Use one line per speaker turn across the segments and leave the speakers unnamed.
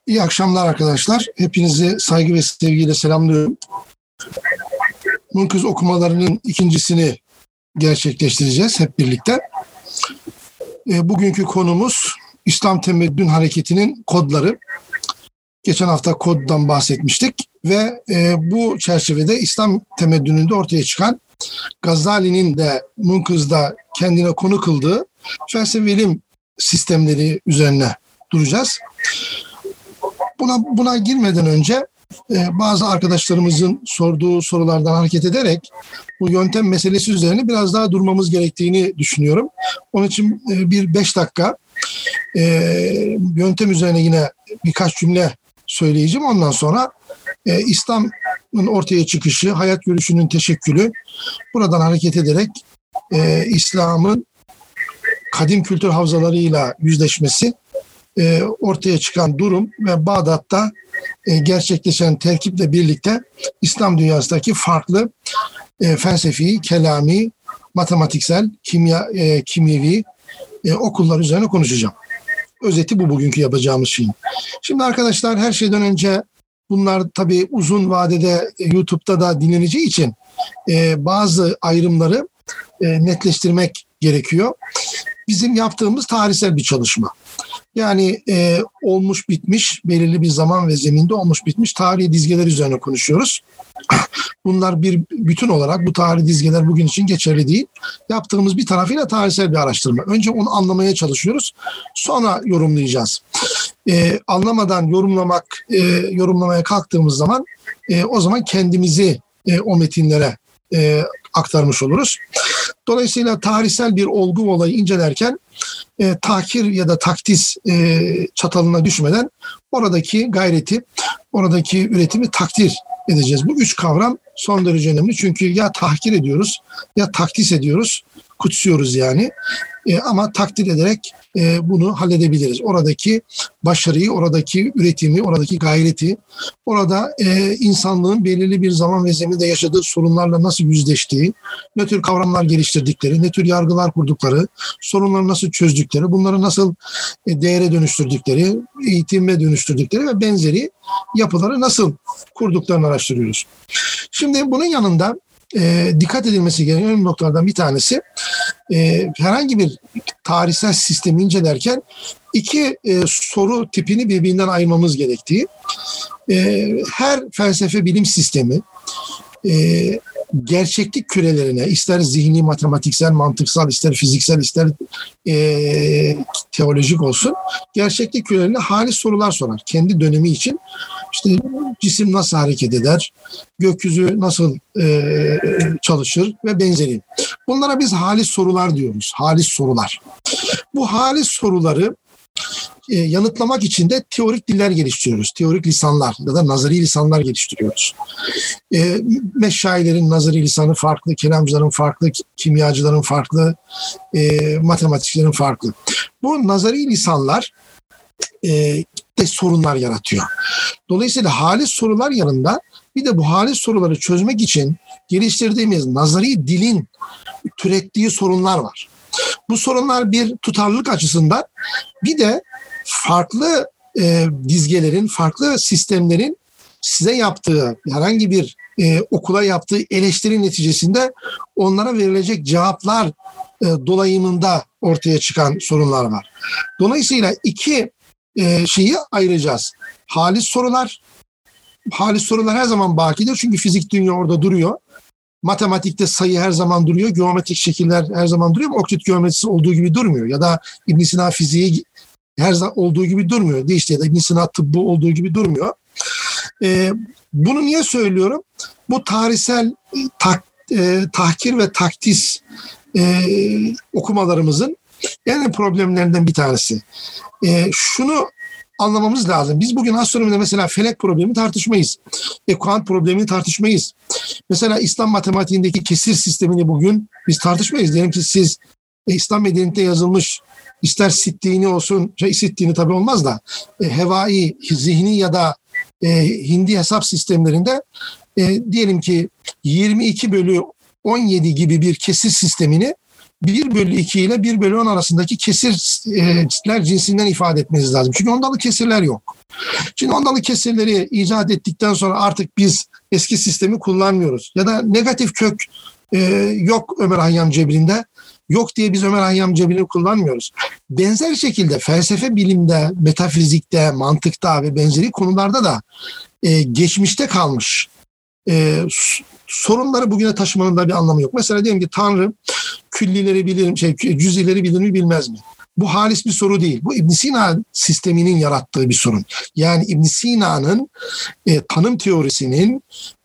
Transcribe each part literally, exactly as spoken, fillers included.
İyi akşamlar arkadaşlar. Hepinizi saygı ve sevgiyle selamlıyorum. Munkız okumalarının ikincisini gerçekleştireceğiz hep birlikte. E, bugünkü konumuz İslam Temeddün Hareketi'nin kodları. Geçen hafta koddan bahsetmiştik ve e, bu çerçevede İslam temeddününde ortaya çıkan Gazali'nin de Munkız'da kendine konu kıldığı felsefe bilim sistemleri üzerine duracağız. Buna, buna girmeden önce e, bazı arkadaşlarımızın sorduğu sorulardan hareket ederek bu yöntem meselesi üzerine biraz daha durmamız gerektiğini düşünüyorum. Onun için e, bir beş dakika e, yöntem üzerine yine birkaç cümle söyleyeceğim. Ondan sonra e, İslam'ın ortaya çıkışı, hayat görüşünün teşekkülü, buradan hareket ederek e, İslam'ın kadim kültür havzalarıyla yüzleşmesi, e, ortaya çıkan durum ve Bağdat'ta e, gerçekleşen terkiple birlikte İslam dünyasındaki farklı e, felsefi, kelami, matematiksel, kimya, e, kimyevi e, okullar üzerine konuşacağım. Özeti bu bugünkü yapacağımız şeyin. Şimdi arkadaşlar, her şeyden önce bunlar tabii uzun vadede YouTube'da da dinleneceği için e, bazı ayrımları e, netleştirmek gerekiyor. Bizim yaptığımız tarihsel bir çalışma. Yani e, olmuş bitmiş, belirli bir zaman ve zeminde olmuş bitmiş tarihi dizgeler üzerine konuşuyoruz. Bunlar bir bütün olarak, bu tarihi dizgeler bugün için geçerli değil. Yaptığımız bir tarafıyla tarihsel bir araştırma. Önce onu anlamaya çalışıyoruz, sonra yorumlayacağız. E, anlamadan yorumlamak, e, yorumlamaya kalktığımız zaman e, o zaman kendimizi e, o metinlere e, aktarmış oluruz. Dolayısıyla tarihsel bir olgu ve olayı incelerken e, tahkir ya da takdis e, çatalına düşmeden oradaki gayreti, oradaki üretimi takdir edeceğiz. Bu üç kavram son derece önemli. Çünkü ya tahkir ediyoruz ya takdis ediyoruz, kutsuyoruz yani. E, ama takdir ederek e, bunu halledebiliriz. Oradaki başarıyı, oradaki üretimi, oradaki gayreti, orada e, insanlığın belirli bir zaman ve zeminde yaşadığı sorunlarla nasıl yüzleştiği, ne tür kavramlar geliştirdikleri, ne tür yargılar kurdukları, sorunları nasıl çözdükleri, bunları nasıl e, değere dönüştürdükleri, eğitime dönüştürdükleri ve benzeri yapıları nasıl kurduklarını araştırıyoruz. Şimdi bunun yanında E, dikkat edilmesi gereken önemli noktalardan bir tanesi, e, herhangi bir tarihsel sistemi incelerken iki e, soru tipini birbirinden ayırmamız gerektiği. E, her felsefe bilim sistemi e, gerçeklik kürelerine, ister zihni, matematiksel, mantıksal, ister fiziksel, ister e, teolojik olsun, gerçeklik kürelerine halis sorular sorar. Kendi dönemi için işte cisim nasıl hareket eder, gökyüzü nasıl e, çalışır ve benzeri. Bunlara biz halis sorular diyoruz. Halis sorular. Bu halis soruları e, yanıtlamak için de teorik diller geliştiriyoruz. Teorik lisanlar ya da nazari lisanlar geliştiriyoruz. E, meşayilerin nazari lisanı farklı, kelamcıların farklı, kimyacıların farklı, e, matematikçilerin farklı. Bu nazari lisanlar e, de sorunlar yaratıyor. Dolayısıyla halis sorular yanında bir de bu halis soruları çözmek için geliştirdiğimiz nazari dilin türettiği sorunlar var. Bu sorunlar bir tutarlılık açısından, bir de farklı e, dizgelerin, farklı sistemlerin size yaptığı, herhangi bir e, okula yaptığı eleştiri neticesinde onlara verilecek cevaplar e, dolayımında ortaya çıkan sorunlar var. Dolayısıyla iki e, şeyi ayıracağız. Halis sorular, halis sorular her zaman bakidir çünkü fizik dünya orada duruyor. Matematikte sayı her zaman duruyor, geometrik şekiller her zaman duruyor ama Öklit geometrisi olduğu gibi durmuyor. Ya da İbn Sina fiziği her zaman olduğu gibi durmuyor. Değişti ya da İbn Sina tıbbı olduğu gibi durmuyor. Ee, bunu niye söylüyorum? Bu tarihsel tak, e, tahkir ve takdis e, okumalarımızın en problemlerinden bir tanesi. E, şunu anlamamız lazım. Biz bugün astronomide mesela felek problemi tartışmayız. E, kuant problemini tartışmayız. Mesela İslam matematiğindeki kesir sistemini bugün biz tartışmayız. Diyelim ki siz e, İslam medeniyetinde yazılmış, ister Sittini olsun, şey, Sittini tabii olmaz da e, hevai, zihni ya da e, hindi hesap sistemlerinde e, diyelim ki yirmi iki bölü on yedi gibi bir kesir sistemini bir bölü iki ile bir bölü on arasındaki kesirler cinsinden ifade etmeniz lazım. Çünkü ondalı kesirler yok. Şimdi ondalı kesirleri icat ettikten sonra artık biz eski sistemi kullanmıyoruz. Ya da negatif kök e, yok Ömer Hayyam cebrinde. Yok diye biz Ömer Hayyam cebrini kullanmıyoruz. Benzer şekilde felsefe bilimde, metafizikte, mantıkta ve benzeri konularda da e, geçmişte kalmış e, sorunları bugüne taşımanın da bir anlamı yok. Mesela diyelim ki Tanrı küllileri bilir, şey, cüz'ileri bilir mi bilmez mi? Bu halis bir soru değil. Bu İbn Sina sisteminin yarattığı bir sorun. Yani İbn Sina'nın e, tanım teorisinin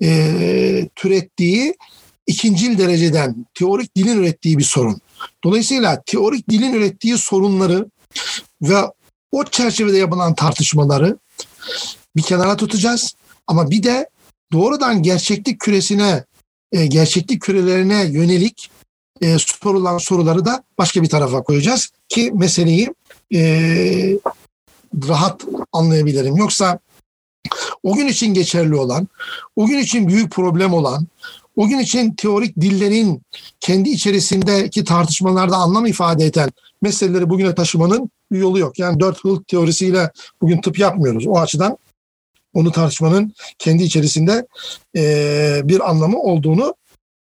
e, türettiği ikincil dereceden teorik dilin ürettiği bir sorun. Dolayısıyla teorik dilin ürettiği sorunları ve o çerçevede yapılan tartışmaları bir kenara tutacağız. Ama bir de doğrudan gerçeklik küresine, e, gerçeklik kürelerine yönelik e, sorulan soruları da başka bir tarafa koyacağız ki meseleyi e, rahat anlayabilirim. Yoksa o gün için geçerli olan, o gün için büyük problem olan, o gün için teorik dillerin kendi içerisindeki tartışmalarda anlam ifade eden meseleleri bugüne taşımanın bir yolu yok. Yani dört hıl teorisiyle bugün tıp yapmıyoruz. O açıdan onu tartışmanın kendi içerisinde e, bir anlamı olduğunu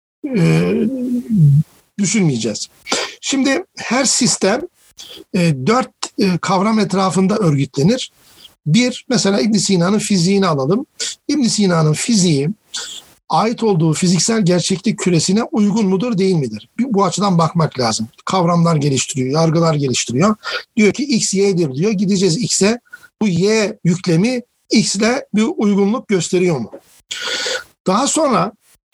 e, düşünmeyeceğiz. Şimdi her sistem e, dört e, kavram etrafında örgütlenir. Bir, mesela İbn Sina'nın fiziğini alalım. İbn Sina'nın fiziği ait olduğu fiziksel gerçeklik küresine uygun mudur, değil midir? Bu açıdan bakmak lazım. Kavramlar geliştiriyor, yargılar geliştiriyor. Diyor ki X, Y'dir diyor. Gideceğiz X'e. Bu Y yüklemi X'le bir uygunluk gösteriyor mu? Daha sonra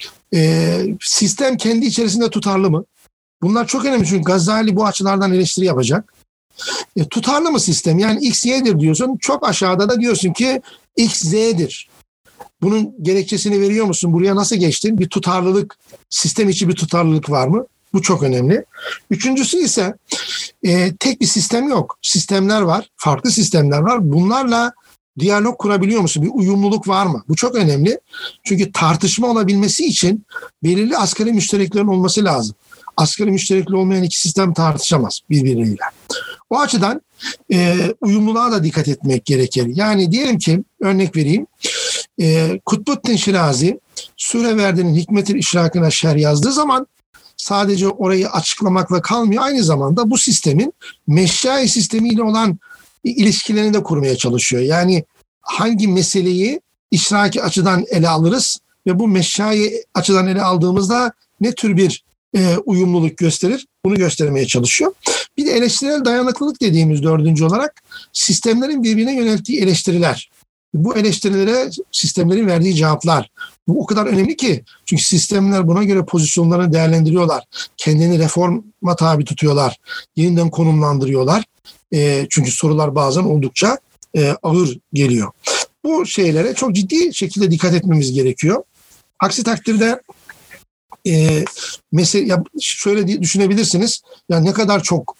e, sistem kendi içerisinde tutarlı mı? Bunlar çok önemli çünkü Gazali bu açılardan eleştiri yapacak. E, tutarlı mı sistem? Yani X, Y'dir diyorsun. Çok aşağıda da diyorsun ki X, Z'dir. Bunun gerekçesini veriyor musun? Buraya nasıl geçtin? Bir tutarlılık, sistem içi bir tutarlılık var mı? Bu çok önemli. Üçüncüsü ise e, tek bir sistem yok. Sistemler var, farklı sistemler var. Bunlarla diyalog kurabiliyor musun? Bir uyumluluk var mı? Bu çok önemli. Çünkü tartışma olabilmesi için belirli asgari müştereklerin olması lazım. Asgari müşterekli olmayan iki sistem tartışamaz birbiriyle. O açıdan e, uyumluluğa da dikkat etmek gerekir. Yani diyelim ki, örnek vereyim, e, Kutbuddin Şirazi Süreverdi'nin Hikmet-i İşrakı'na şerh yazdığı zaman sadece orayı açıklamakla kalmıyor. Aynı zamanda bu sistemin meşyai sistemiyle olan ilişkilerini de kurmaya çalışıyor. Yani hangi meseleyi işraki açıdan ele alırız ve bu meşyai açıdan ele aldığımızda ne tür bir e, uyumluluk gösterir? Bunu göstermeye çalışıyor. Bir de eleştirel dayanıklılık dediğimiz dördüncü olarak sistemlerin birbirine yönelttiği eleştiriler. Bu eleştirilere sistemlerin verdiği cevaplar. Bu o kadar önemli ki. Çünkü sistemler buna göre pozisyonlarını değerlendiriyorlar. Kendini reforma tabi tutuyorlar. Yeniden konumlandırıyorlar. E, çünkü sorular bazen oldukça e, ağır geliyor. Bu şeylere çok ciddi şekilde dikkat etmemiz gerekiyor. Aksi takdirde e, mesela ya şöyle düşünebilirsiniz. Ya ne kadar çok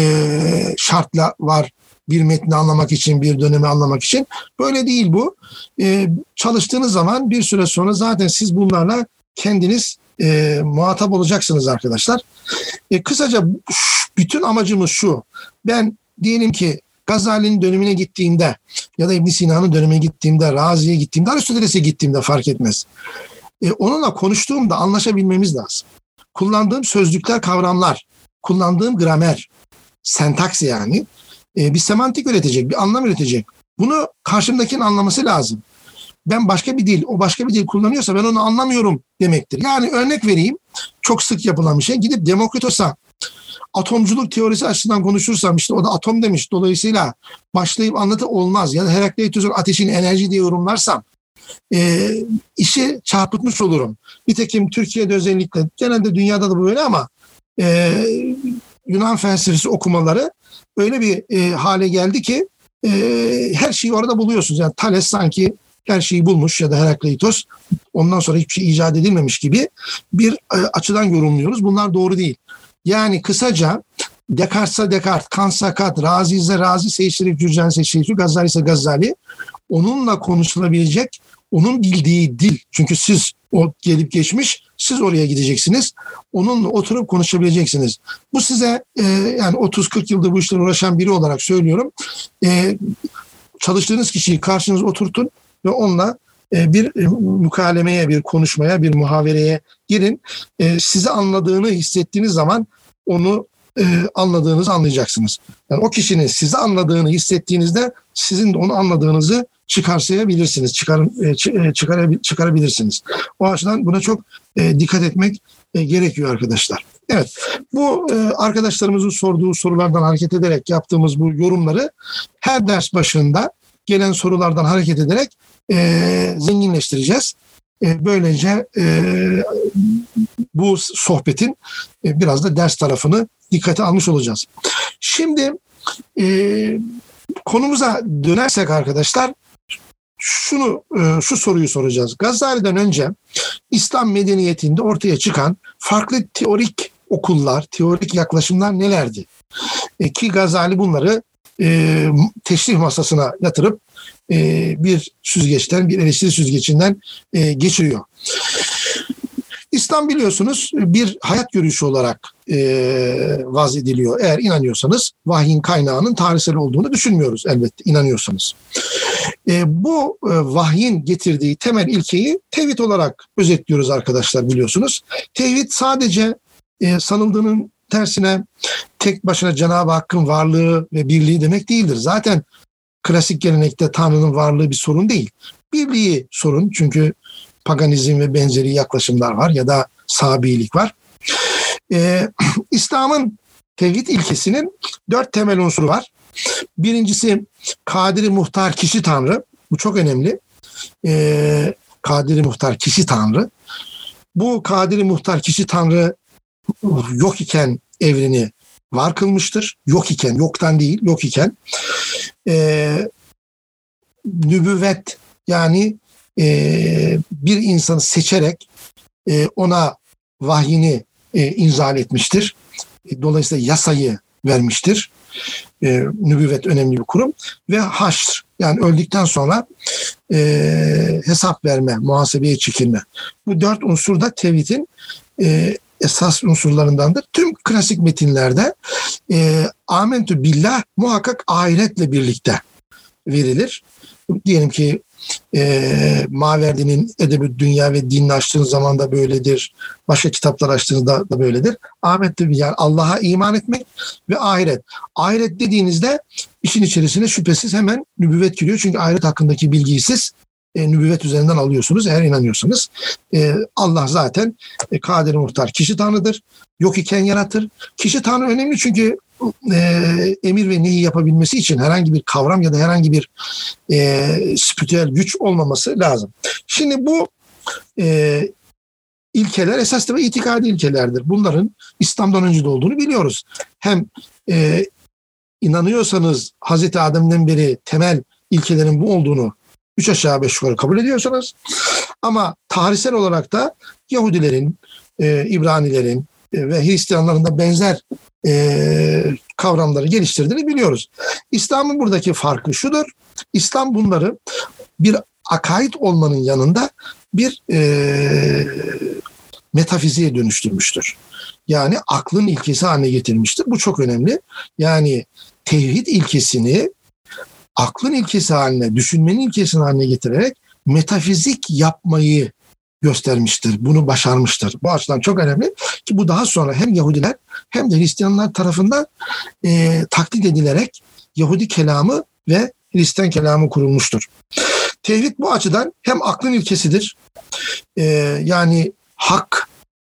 e, şartla var bir metni anlamak için, bir dönemi anlamak için. Böyle değil bu. E, çalıştığınız zaman bir süre sonra zaten siz bunlarla kendiniz e, muhatap olacaksınız arkadaşlar. E, kısaca bütün amacımız şu. Ben diyelim ki Gazali'nin dönemine gittiğimde ya da İbn Sina'nın dönemine gittiğimde, Razi'ye gittiğimde, Aristoteles'e gittiğimde fark etmez. E, onunla konuştuğumda anlaşabilmemiz lazım. Kullandığım sözcükler, kavramlar, kullandığım gramer, sentaks yani e, bir semantik üretecek, bir anlam üretecek. Bunu karşımdakinin anlaması lazım. Ben başka bir dil, o başka bir dil kullanıyorsa ben onu anlamıyorum demektir. Yani örnek vereyim, çok sık yapılan bir şey. Gidip Demokritos'a atomculuk teorisi açısından konuşursam işte o da atom demiş. Dolayısıyla başlayıp anlatı olmaz. Ya da Herakleitos'un ateşin enerji diye yorumlarsam e, işi çarpıtmış olurum. Nitekim Türkiye'de özellikle, genelde dünyada da böyle ama e, Yunan felsefesi okumaları öyle bir e, hale geldi ki e, her şeyi orada buluyorsunuz. Yani Thales sanki her şeyi bulmuş ya da Herakleitos ondan sonra hiçbir şey icat edilmemiş gibi bir e, açıdan yorumluyoruz. Bunlar doğru değil. Yani kısaca Descartes'a Descartes, Kant'a Kant, Razi ise Razi, Seyşerif Cürcan Seyşerif, Gazali ise Gazali. Onunla konuşulabilecek, onun bildiği dil. Çünkü siz O gelip geçmiş, siz oraya gideceksiniz. Onunla oturup konuşabileceksiniz. Bu size e, yani otuz kırk yıldır bu işlerle uğraşan biri olarak söylüyorum. E, çalıştığınız kişiyi karşınıza oturtun ve onunla e, bir e, mukalemeye, bir konuşmaya, bir muhavereye girin. E, sizi anladığını hissettiğiniz zaman onu e, anladığınızı anlayacaksınız. Yani o kişinin sizi anladığını hissettiğinizde sizin de onu anladığınızı çıkarsayabilirsiniz, çıkar, e, çıkar, çıkarabilirsiniz. O açıdan buna çok e, dikkat etmek e, gerekiyor arkadaşlar. Evet, bu e, arkadaşlarımızın sorduğu sorulardan hareket ederek yaptığımız bu yorumları her ders başında gelen sorulardan hareket ederek e, zenginleştireceğiz. E, böylece e, bu sohbetin e, biraz da ders tarafını dikkate almış olacağız. Şimdi e, konumuza dönersek arkadaşlar, şunu e, şu soruyu soracağız. Gazali'den önce İslam medeniyetinde ortaya çıkan farklı teorik okullar, teorik yaklaşımlar nelerdi? E, ki Gazali bunları e, teşrih masasına yatırıp e, bir süzgeçten, bir eleştiri süzgecinden e, geçiriyor. İslam biliyorsunuz bir hayat görüşü olarak e, vaz ediliyor. Eğer inanıyorsanız vahyin kaynağının tarihsel olduğunu düşünmüyoruz elbette, inanıyorsanız. E, bu e, vahyin getirdiği temel ilkeyi tevhid olarak özetliyoruz arkadaşlar, biliyorsunuz. Tevhid sadece e, sanıldığının tersine tek başına Cenab-ı Hakk'ın varlığı ve birliği demek değildir. Zaten klasik gelenekte Tanrı'nın varlığı bir sorun değil. Birliği sorun, çünkü paganizm ve benzeri yaklaşımlar var ya da Sabiilik var. Ee, İslam'ın tevhid ilkesinin dört temel unsuru var. Birincisi Kadiri Muhtar Kişi Tanrı. Bu çok önemli. Ee, Kadiri Muhtar Kişi Tanrı. Bu Kadiri Muhtar Kişi Tanrı yok iken evreni var kılmıştır. Yok iken, yoktan değil, yok iken. Ee, nübüvvet, yani Ee, bir insanı seçerek e, ona vahyini e, inzal etmiştir. E, dolayısıyla yasayı vermiştir. E, nübüvvet önemli bir kurum. Ve haşr, yani öldükten sonra e, hesap verme, muhasebeye çekilme. Bu dört unsur da tevhidin e, esas unsurlarındandır. Tüm klasik metinlerde e, amentü billah muhakkak ahiretle birlikte verilir. Diyelim ki E, Maverdi'nin Edeb-i Dünya ve Dinini açtığınız zaman da böyledir. Başka kitaplar açtığınızda da böyledir. Ahmet de yani Allah'a iman etmek ve ahiret. Ahiret dediğinizde işin içerisine şüphesiz hemen nübüvvet giriyor. Çünkü ahiret hakkındaki bilgiyi siz e, nübüvvet üzerinden alıyorsunuz eğer inanıyorsanız. E, Allah zaten e, Kadir Muhtar Kişi Tanrı'dır. Yok iken yaratır. Kişi Tanrı önemli çünkü e, emir ve nehi yapabilmesi için herhangi bir kavram ya da herhangi bir e, spiritüel güç olmaması lazım. Şimdi bu e, ilkeler esas ve itikadi ilkelerdir. Bunların İslam'dan önce de olduğunu biliyoruz. Hem e, inanıyorsanız Hazreti Adem'den beri temel ilkelerin bu olduğunu üç aşağı beş yukarı kabul ediyorsanız, ama tarihsel olarak da Yahudilerin, e, İbranilerin e, ve Hristiyanların da benzer e, kavramları geliştirdiğini biliyoruz. İslam'ın buradaki farkı şudur: İslam bunları bir akaid olmanın yanında bir e, metafiziğe dönüştürmüştür. Yani aklın ilkesi haline getirmiştir. Bu çok önemli. Yani tevhid ilkesini aklın ilkesi haline, düşünmenin ilkesi haline getirerek metafizik yapmayı göstermiştir. Bunu başarmıştır. Bu açıdan çok önemli ki bu daha sonra hem Yahudiler hem de Hristiyanlar tarafından e, taklit edilerek Yahudi kelamı ve Hristiyan kelamı kurulmuştur. Tevhid bu açıdan hem aklın ilkesidir, e, yani hak,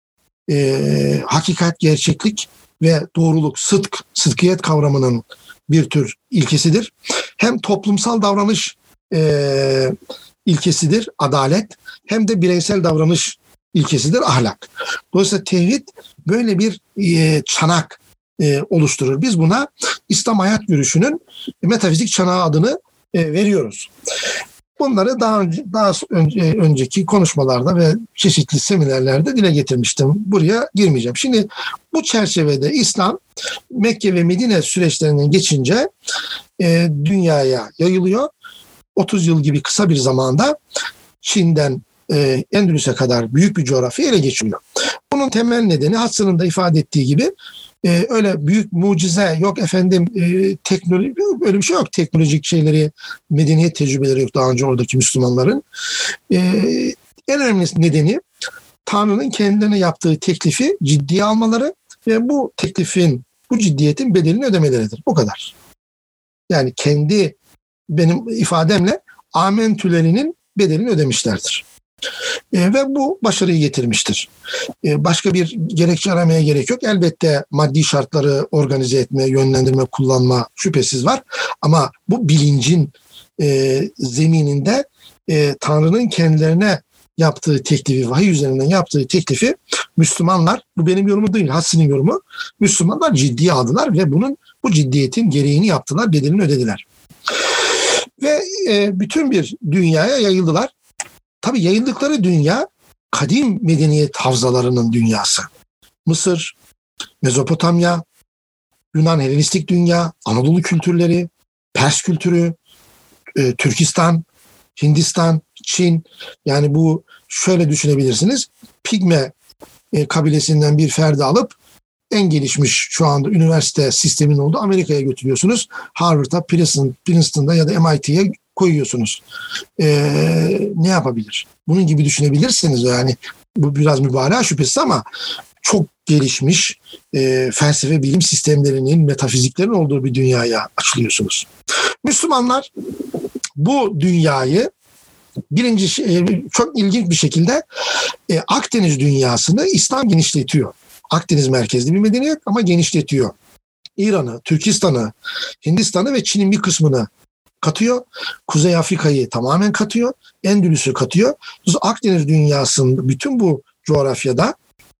e, hakikat, gerçeklik ve doğruluk, sıdk, sıdkiyet kavramının bir tür ilkesidir. Hem toplumsal davranış e, ilkesidir, adalet, hem de bireysel davranış ilkesidir, ahlak. Dolayısıyla tevhid böyle bir e, çanak e, oluşturur. Biz buna İslam hayat görüşünün metafizik çanağı adını e, veriyoruz. Bunları daha önce, daha önce, önceki konuşmalarda ve çeşitli seminerlerde dile getirmiştim. Buraya girmeyeceğim. Şimdi bu çerçevede İslam Mekke ve Medine süreçlerinden geçince e, dünyaya yayılıyor. otuz yıl gibi kısa bir zamanda Çin'den e, Endülüs'e kadar büyük bir coğrafya ele geçiriyor. Bunun temel nedeni Hudson'ın da ifade ettiği gibi e, öyle büyük mucize yok efendim, e, teknoloji, öyle bir şey yok. Teknolojik şeyleri, medeniyet tecrübeleri yok daha önce oradaki Müslümanların. E, en önemli nedeni Tanrı'nın kendilerine yaptığı teklifi ciddiye almaları ve bu teklifin, bu ciddiyetin bedelini ödemeleridir. Bu kadar. Yani kendi, benim ifademle, amentülerinin bedelini ödemişlerdir. E, ve bu başarıyı getirmiştir. E, başka bir gerekçe aramaya gerek yok. Elbette maddi şartları organize etme, yönlendirme, kullanma şüphesiz var. Ama bu bilincin e, zemininde e, Tanrı'nın kendilerine yaptığı teklifi, vahiy üzerinden yaptığı teklifi Müslümanlar, bu benim yorumum değil, Hudson'ın yorumu, Müslümanlar ciddiye aldılar ve bunun, bu ciddiyetin gereğini yaptılar, bedelini ödediler. Ve e, bütün bir dünyaya yayıldılar. Tabii yayıldıkları dünya kadim medeniyet havzalarının dünyası. Mısır, Mezopotamya, Yunan Helenistik dünya, Anadolu kültürleri, Pers kültürü, e, Türkistan, Hindistan, Çin, yani bu şöyle düşünebilirsiniz. Pigme e, kabilesinden bir ferdi alıp en gelişmiş şu anda üniversite sisteminin olduğu Amerika'ya götürüyorsunuz. Harvard'a, Princeton, Princeton'da ya da M I T'ye koyuyorsunuz. Ee, ne yapabilir? Bunun gibi düşünebilirsiniz yani. Bu biraz mübalağa şüphesiz ama çok gelişmiş e, felsefe bilim sistemlerinin, metafiziklerin olduğu bir dünyaya açılıyorsunuz. Müslümanlar bu dünyayı birinci şey, çok ilginç bir şekilde e, Akdeniz dünyasını İslam genişletiyor. Akdeniz merkezli bir medeniyet ama genişletiyor. İran'ı, Türkistan'ı, Hindistan'ı ve Çin'in bir kısmını katıyor. Kuzey Afrika'yı tamamen katıyor. Endülüs'ü katıyor. Akdeniz dünyasının bütün bu coğrafyada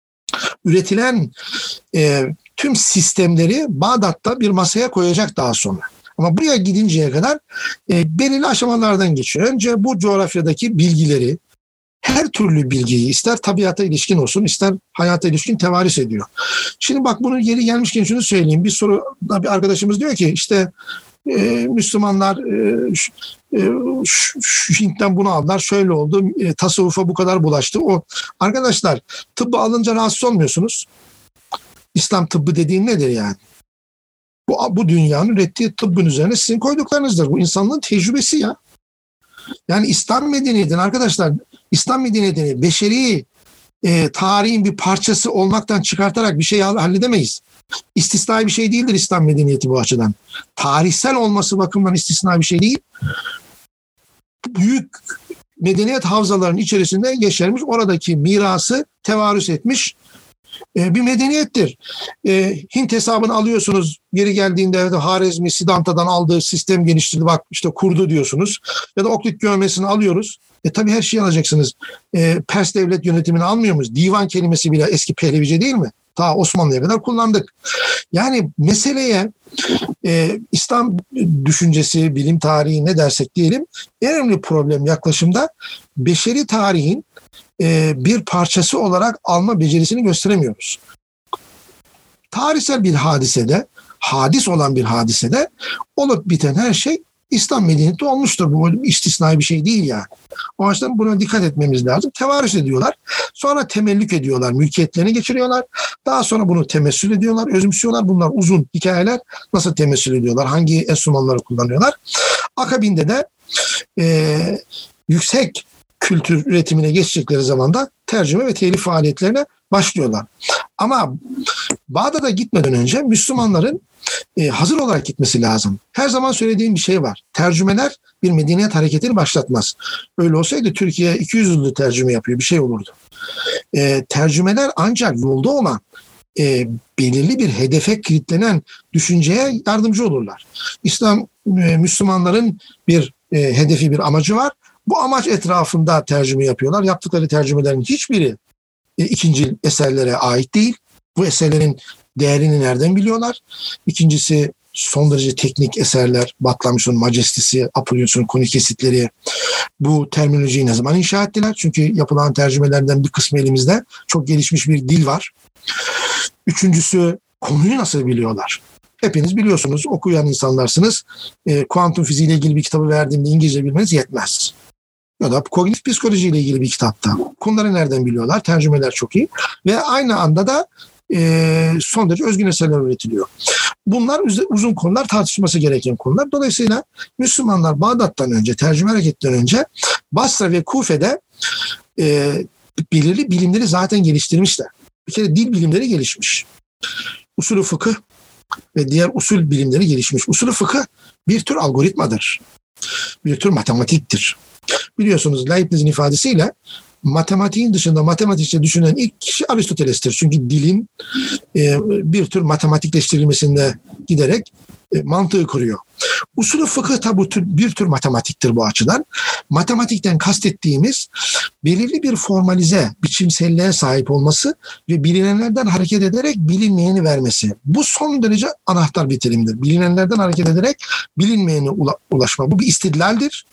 üretilen e, tüm sistemleri Bağdat'ta bir masaya koyacak daha sonra. Ama buraya gidinceye kadar e, belirli aşamalardan geçiyor. Önce bu coğrafyadaki bilgileri, her türlü bilgiyi, ister tabiata ilişkin olsun, ister hayata ilişkin tevarüs ediyor. Şimdi bak, bunu yeri gelmişken şunu söyleyeyim. Bir soruda bir arkadaşımız diyor ki işte e, Müslümanlar e, şu, e, şu, şu Hint'ten bunu aldılar, şöyle oldu, e, tasavvufa bu kadar bulaştı. O arkadaşlar, tıbbı alınca rahatsız olmuyorsunuz. İslam tıbbı dediğin nedir yani? Bu, bu dünyanın ürettiği tıbbın üzerine sizin koyduklarınızdır. Bu insanlığın tecrübesi ya. Yani İslam medeniyetini arkadaşlar, İslam medeniyetini beşeri e, tarihin bir parçası olmaktan çıkartarak bir şey halledemeyiz. İstisnai bir şey değildir İslam medeniyeti bu açıdan. Tarihsel olması bakımından istisnai bir şey değil. Büyük medeniyet havzalarının içerisinde yeşermiş, oradaki mirası tevarüs etmiş bir medeniyettir. E, Hint hesabını alıyorsunuz, geri geldiğinde Harezmi, Siddhanta'dan aldığı sistem geliştirdi, bak işte kurdu diyorsunuz. Ya da Oklit geometrisini alıyoruz. E tabii her şeyi alacaksınız. E, Pers devlet yönetimini almıyor muyuz? Divan kelimesi bile eski Pehlevice değil mi? Ta Osmanlı'ya kadar kullandık. Yani meseleye e, İslam düşüncesi, bilim tarihi ne dersek diyelim, en önemli problem yaklaşımda beşeri tarihin bir parçası olarak alma becerisini gösteremiyoruz. Tarihsel bir hadisede, hadis olan bir hadisede olup biten her şey İslam medeniyeti olmuştur. Bu istisnai bir şey değil yani. O açıdan buna dikkat etmemiz lazım. Tevarüs ediyorlar. Sonra temellük ediyorlar. Mülkiyetlerini geçiriyorlar. Daha sonra bunu temessül ediyorlar, özümsüyorlar. Bunlar uzun hikayeler. Nasıl temessül ediyorlar? Hangi enstrümanları kullanıyorlar? Akabinde de e, yüksek kültür üretimine geçecekleri zaman da tercüme ve telif faaliyetlerine başlıyorlar. Ama Bağdat'a gitmeden önce Müslümanların e, hazır olarak gitmesi lazım. Her zaman söylediğim bir şey var. Tercümeler bir medeniyet hareketini başlatmaz. Öyle olsaydı Türkiye iki yüz yıldır tercüme yapıyor, bir şey olurdu. E, tercümeler ancak yolda olan e, belirli bir hedefe kilitlenen düşünceye yardımcı olurlar. İslam e, Müslümanların bir e, hedefi, bir amacı var. Bu amaç etrafında tercüme yapıyorlar. Yaptıkları tercümelerin hiçbiri e, ikinci eserlere ait değil. Bu eserlerin değerini nereden biliyorlar? İkincisi, son derece teknik eserler. Batlamyus'un Majestesi, Apollonius'un Konik kesitleri. Bu terminolojiyi ne zaman inşa ettiler? Çünkü yapılan tercümelerden bir kısmı elimizde. Çok gelişmiş bir dil var. Üçüncüsü, konuyu nasıl biliyorlar? Hepiniz biliyorsunuz, okuyan insanlarsınız. E, kuantum fiziği ile ilgili bir kitabı verdiğimde İngilizce bilmeniz yetmez. ya da kognitif psikolojiyle ilgili bir kitapta. Konuları nereden biliyorlar? Tercümeler çok iyi. Ve aynı anda da e, son derece özgün eserler üretiliyor. Bunlar uzun konular, tartışması gereken konular. Dolayısıyla Müslümanlar Bağdat'tan önce, tercüme hareketinden önce Basra ve Kufe'de e, belirli bilimleri zaten geliştirmişler. Bir kere dil bilimleri gelişmiş. Usulü fıkıh ve diğer usul bilimleri gelişmiş. Usulü fıkıh bir tür algoritmadır. Bir tür matematiktir. Biliyorsunuz Leibniz'in ifadesiyle matematiğin dışında matematikçe düşünen ilk kişi Aristoteles'tir. Çünkü dilin e, bir tür matematikleştirilmesinde giderek e, mantığı kuruyor. Usulü fıkıh tabi bir tür matematiktir bu açıdan. Matematikten kastettiğimiz belirli bir formalize, biçimselliğe sahip olması ve bilinenlerden hareket ederek bilinmeyeni vermesi. Bu son derece anahtar bir terimdir. Bilinenlerden hareket ederek bilinmeyene ulaşma. Bu bir istidlaldir.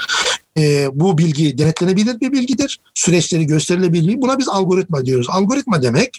E, bu bilgi denetlenebilir bir bilgidir. Süreçleri gösterilebilir. Buna biz algoritma diyoruz. Algoritma demek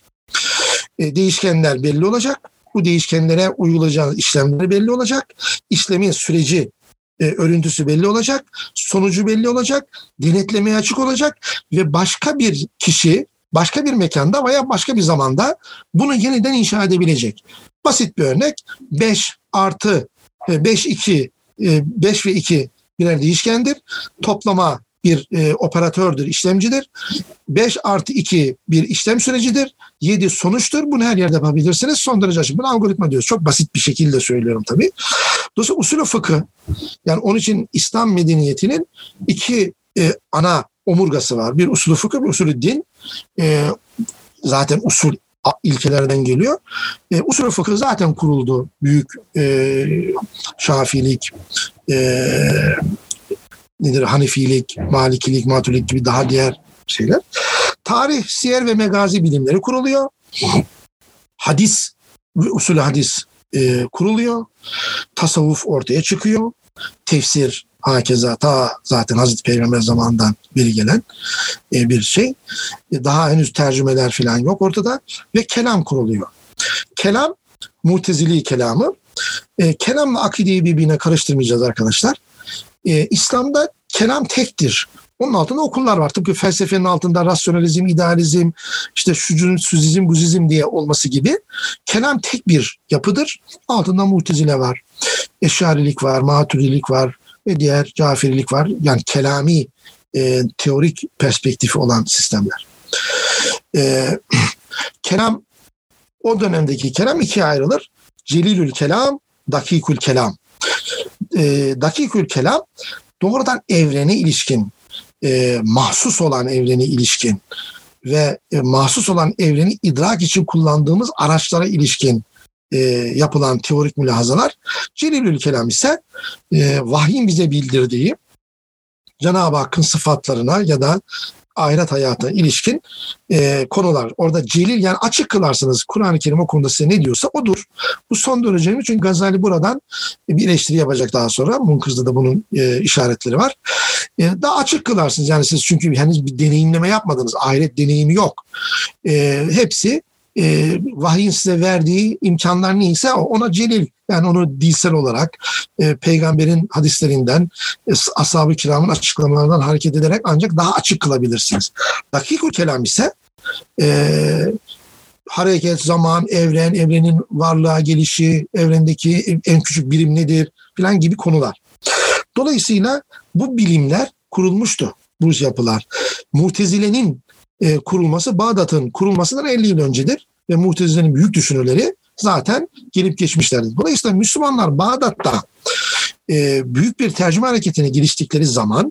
e, değişkenler belli olacak. Bu değişkenlere uygulayacağınız işlemleri belli olacak. İşlemin süreci, e, örüntüsü belli olacak. Sonucu belli olacak. Denetlemeye açık olacak. Ve başka bir kişi, başka bir mekanda veya başka bir zamanda bunu yeniden inşa edebilecek. Basit bir örnek. beş artı beş, iki, beş ve iki birer değişkendir. Toplama bir e, operatördür, işlemcidir. beş artı iki bir işlem sürecidir. yedi sonuçtur. Bunu her yerde yapabilirsiniz. Son derece açık. Bunu algoritma diyoruz. Çok basit bir şekilde söylüyorum tabii. Dolayısıyla usulü fıkıh, yani onun için İslam medeniyetinin iki e, ana omurgası var. Bir usulü fıkıh, bir usulü din. E, zaten usul ilkelerden geliyor. E, usulü fıkıh zaten kuruldu. Büyük e, Şafiilik, e, nedir, Hanefilik, Malikilik, Maturidilik gibi daha diğer şeyler. Tarih, siyer ve megazi bilimleri kuruluyor. Hadis ve usulü hadis e, kuruluyor. Tasavvuf ortaya çıkıyor. Tefsir hakeza ta zaten Hazreti Peygamber zamanından beri gelen e, bir şey. E, daha henüz tercümeler falan yok ortada. Ve kelam kuruluyor. Kelam, Mu'tezili kelamı. E, kelamla akideyi birbirine karıştırmayacağız arkadaşlar. E, İslam'da kelam tektir. Onun altında okullar var. Tıpkı felsefenin altında rasyonalizm, idealizm, işte şucun, süzizm, guzizm diye olması gibi. Kelam tek bir yapıdır. Altında Mu'tezile var. Eşarilik var, Maturidilik var ve diğer Caferilik var. Yani kelami, e, teorik perspektifi olan sistemler. E, kelam, o dönemdeki kelam ikiye ayrılır. Celilül kelam, dakikül kelam. E, dakikül kelam doğrudan evrene ilişkin, e, mahsus olan evrene ilişkin ve e, mahsus olan evreni idrak için kullandığımız araçlara ilişkin e, yapılan teorik mülahazalar. Celilül kelam ise e, vahyin bize bildirdiği Cenab-ı Hakk'ın sıfatlarına ya da ahiret hayatına ilişkin e, konular. Orada celil, yani açık kılarsınız. Kur'an-ı Kerim o konuda size ne diyorsa odur. Bu son derece önemli çünkü Gazali buradan bir eleştiri yapacak daha sonra. Munkız'da da bunun e, işaretleri var. E, daha açık kılarsınız. Yani siz çünkü henüz bir deneyimleme yapmadınız. Ahiret deneyimi yok. E, hepsi e, vahyin size verdiği imkanlar neyse ona celil. Yani onu dilsel olarak e, peygamberin hadislerinden, e, ashab-ı kiramın açıklamalarından hareket ederek ancak daha açık kılabilirsiniz. Dakikul kelam ise e, hareket, zaman, evren, evrenin varlığa gelişi, evrendeki en küçük birim nedir falan gibi konular. Dolayısıyla bu bilimler kurulmuştu, bu yapılar. Mu'tezile'nin e, kurulması, Bağdat'ın kurulmasından elli yıl öncedir ve Mu'tezile'nin büyük düşünürleri zaten gelip geçmişlerdir. Dolayısıyla Müslümanlar Bağdat'ta e, büyük bir tercüme hareketine giriştikleri zaman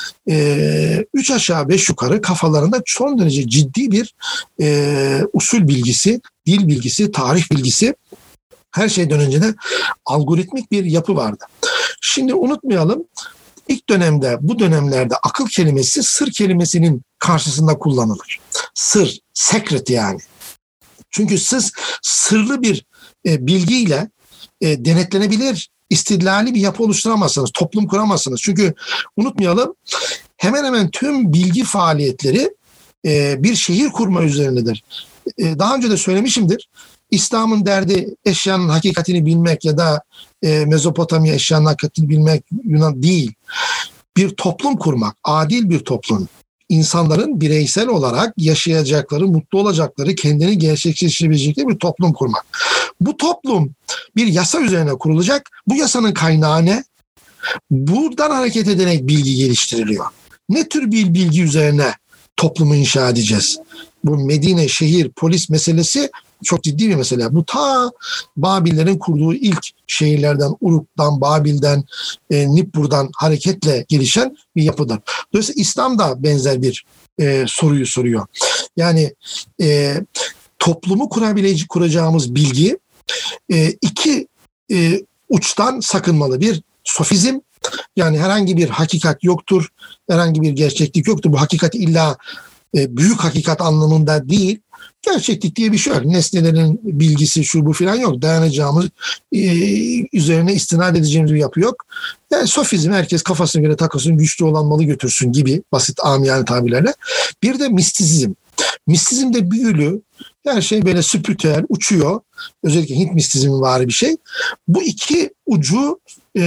e, üç aşağı beş yukarı kafalarında son derece ciddi bir e, usul bilgisi, dil bilgisi, tarih bilgisi, her şeyden önce de algoritmik bir yapı vardı. Şimdi unutmayalım, ilk dönemde, bu dönemlerde akıl kelimesi sır kelimesinin karşısında kullanılır. Sır, secret yani. Çünkü siz sırlı bir e, bilgiyle e, denetlenebilir, istidlali bir yapı oluşturamazsınız, toplum kuramazsınız. Çünkü unutmayalım, hemen hemen tüm bilgi faaliyetleri e, bir şehir kurma üzerinedir. E, daha önce de söylemişimdir. İslam'ın derdi eşyanın hakikatini bilmek ya da e, Mezopotamya eşyanın hakikatini bilmek, Yunan değil. bir toplum kurmak, adil bir toplum. İnsanların bireysel olarak yaşayacakları, mutlu olacakları, kendini gerçekleştirebilecekleri bir toplum kurmak. Bu toplum bir yasa üzerine kurulacak. Bu yasanın kaynağı ne? Buradan hareket ederek bilgi geliştiriliyor. Ne tür bir bilgi üzerine toplumu inşa edeceğiz? Bu Medine, şehir, polis meselesi çok ciddi bir mesele. Bu ta Babillerin kurduğu ilk şehirlerden, Uruk'tan, Babil'den, e, Nippur'dan hareketle gelişen bir yapıdır. Dolayısıyla İslam da benzer bir e, soruyu soruyor. Yani e, toplumu kurabilecek, kuracağımız bilgi e, iki e, uçtan sakınmalı. Bir, sofizm, yani herhangi bir hakikat yoktur, herhangi bir gerçeklik yoktur. Bu hakikat illa e, büyük hakikat anlamında değil. Gerçeklik diye bir şey yok. Nesnelerin bilgisi şu bu filan yok. Dayanacağımız, e, üzerine istinad edeceğimiz bir yapı yok. Yani sofizm, herkes kafasına göre takılsın, güçlü olan malı götürsün gibi basit amiyane tabirlerle. Bir de mistizm. Mistizm de büyülü. Her şey böyle spiritüel, uçuyor. Özellikle Hint mistizmi var bir şey. Bu iki ucu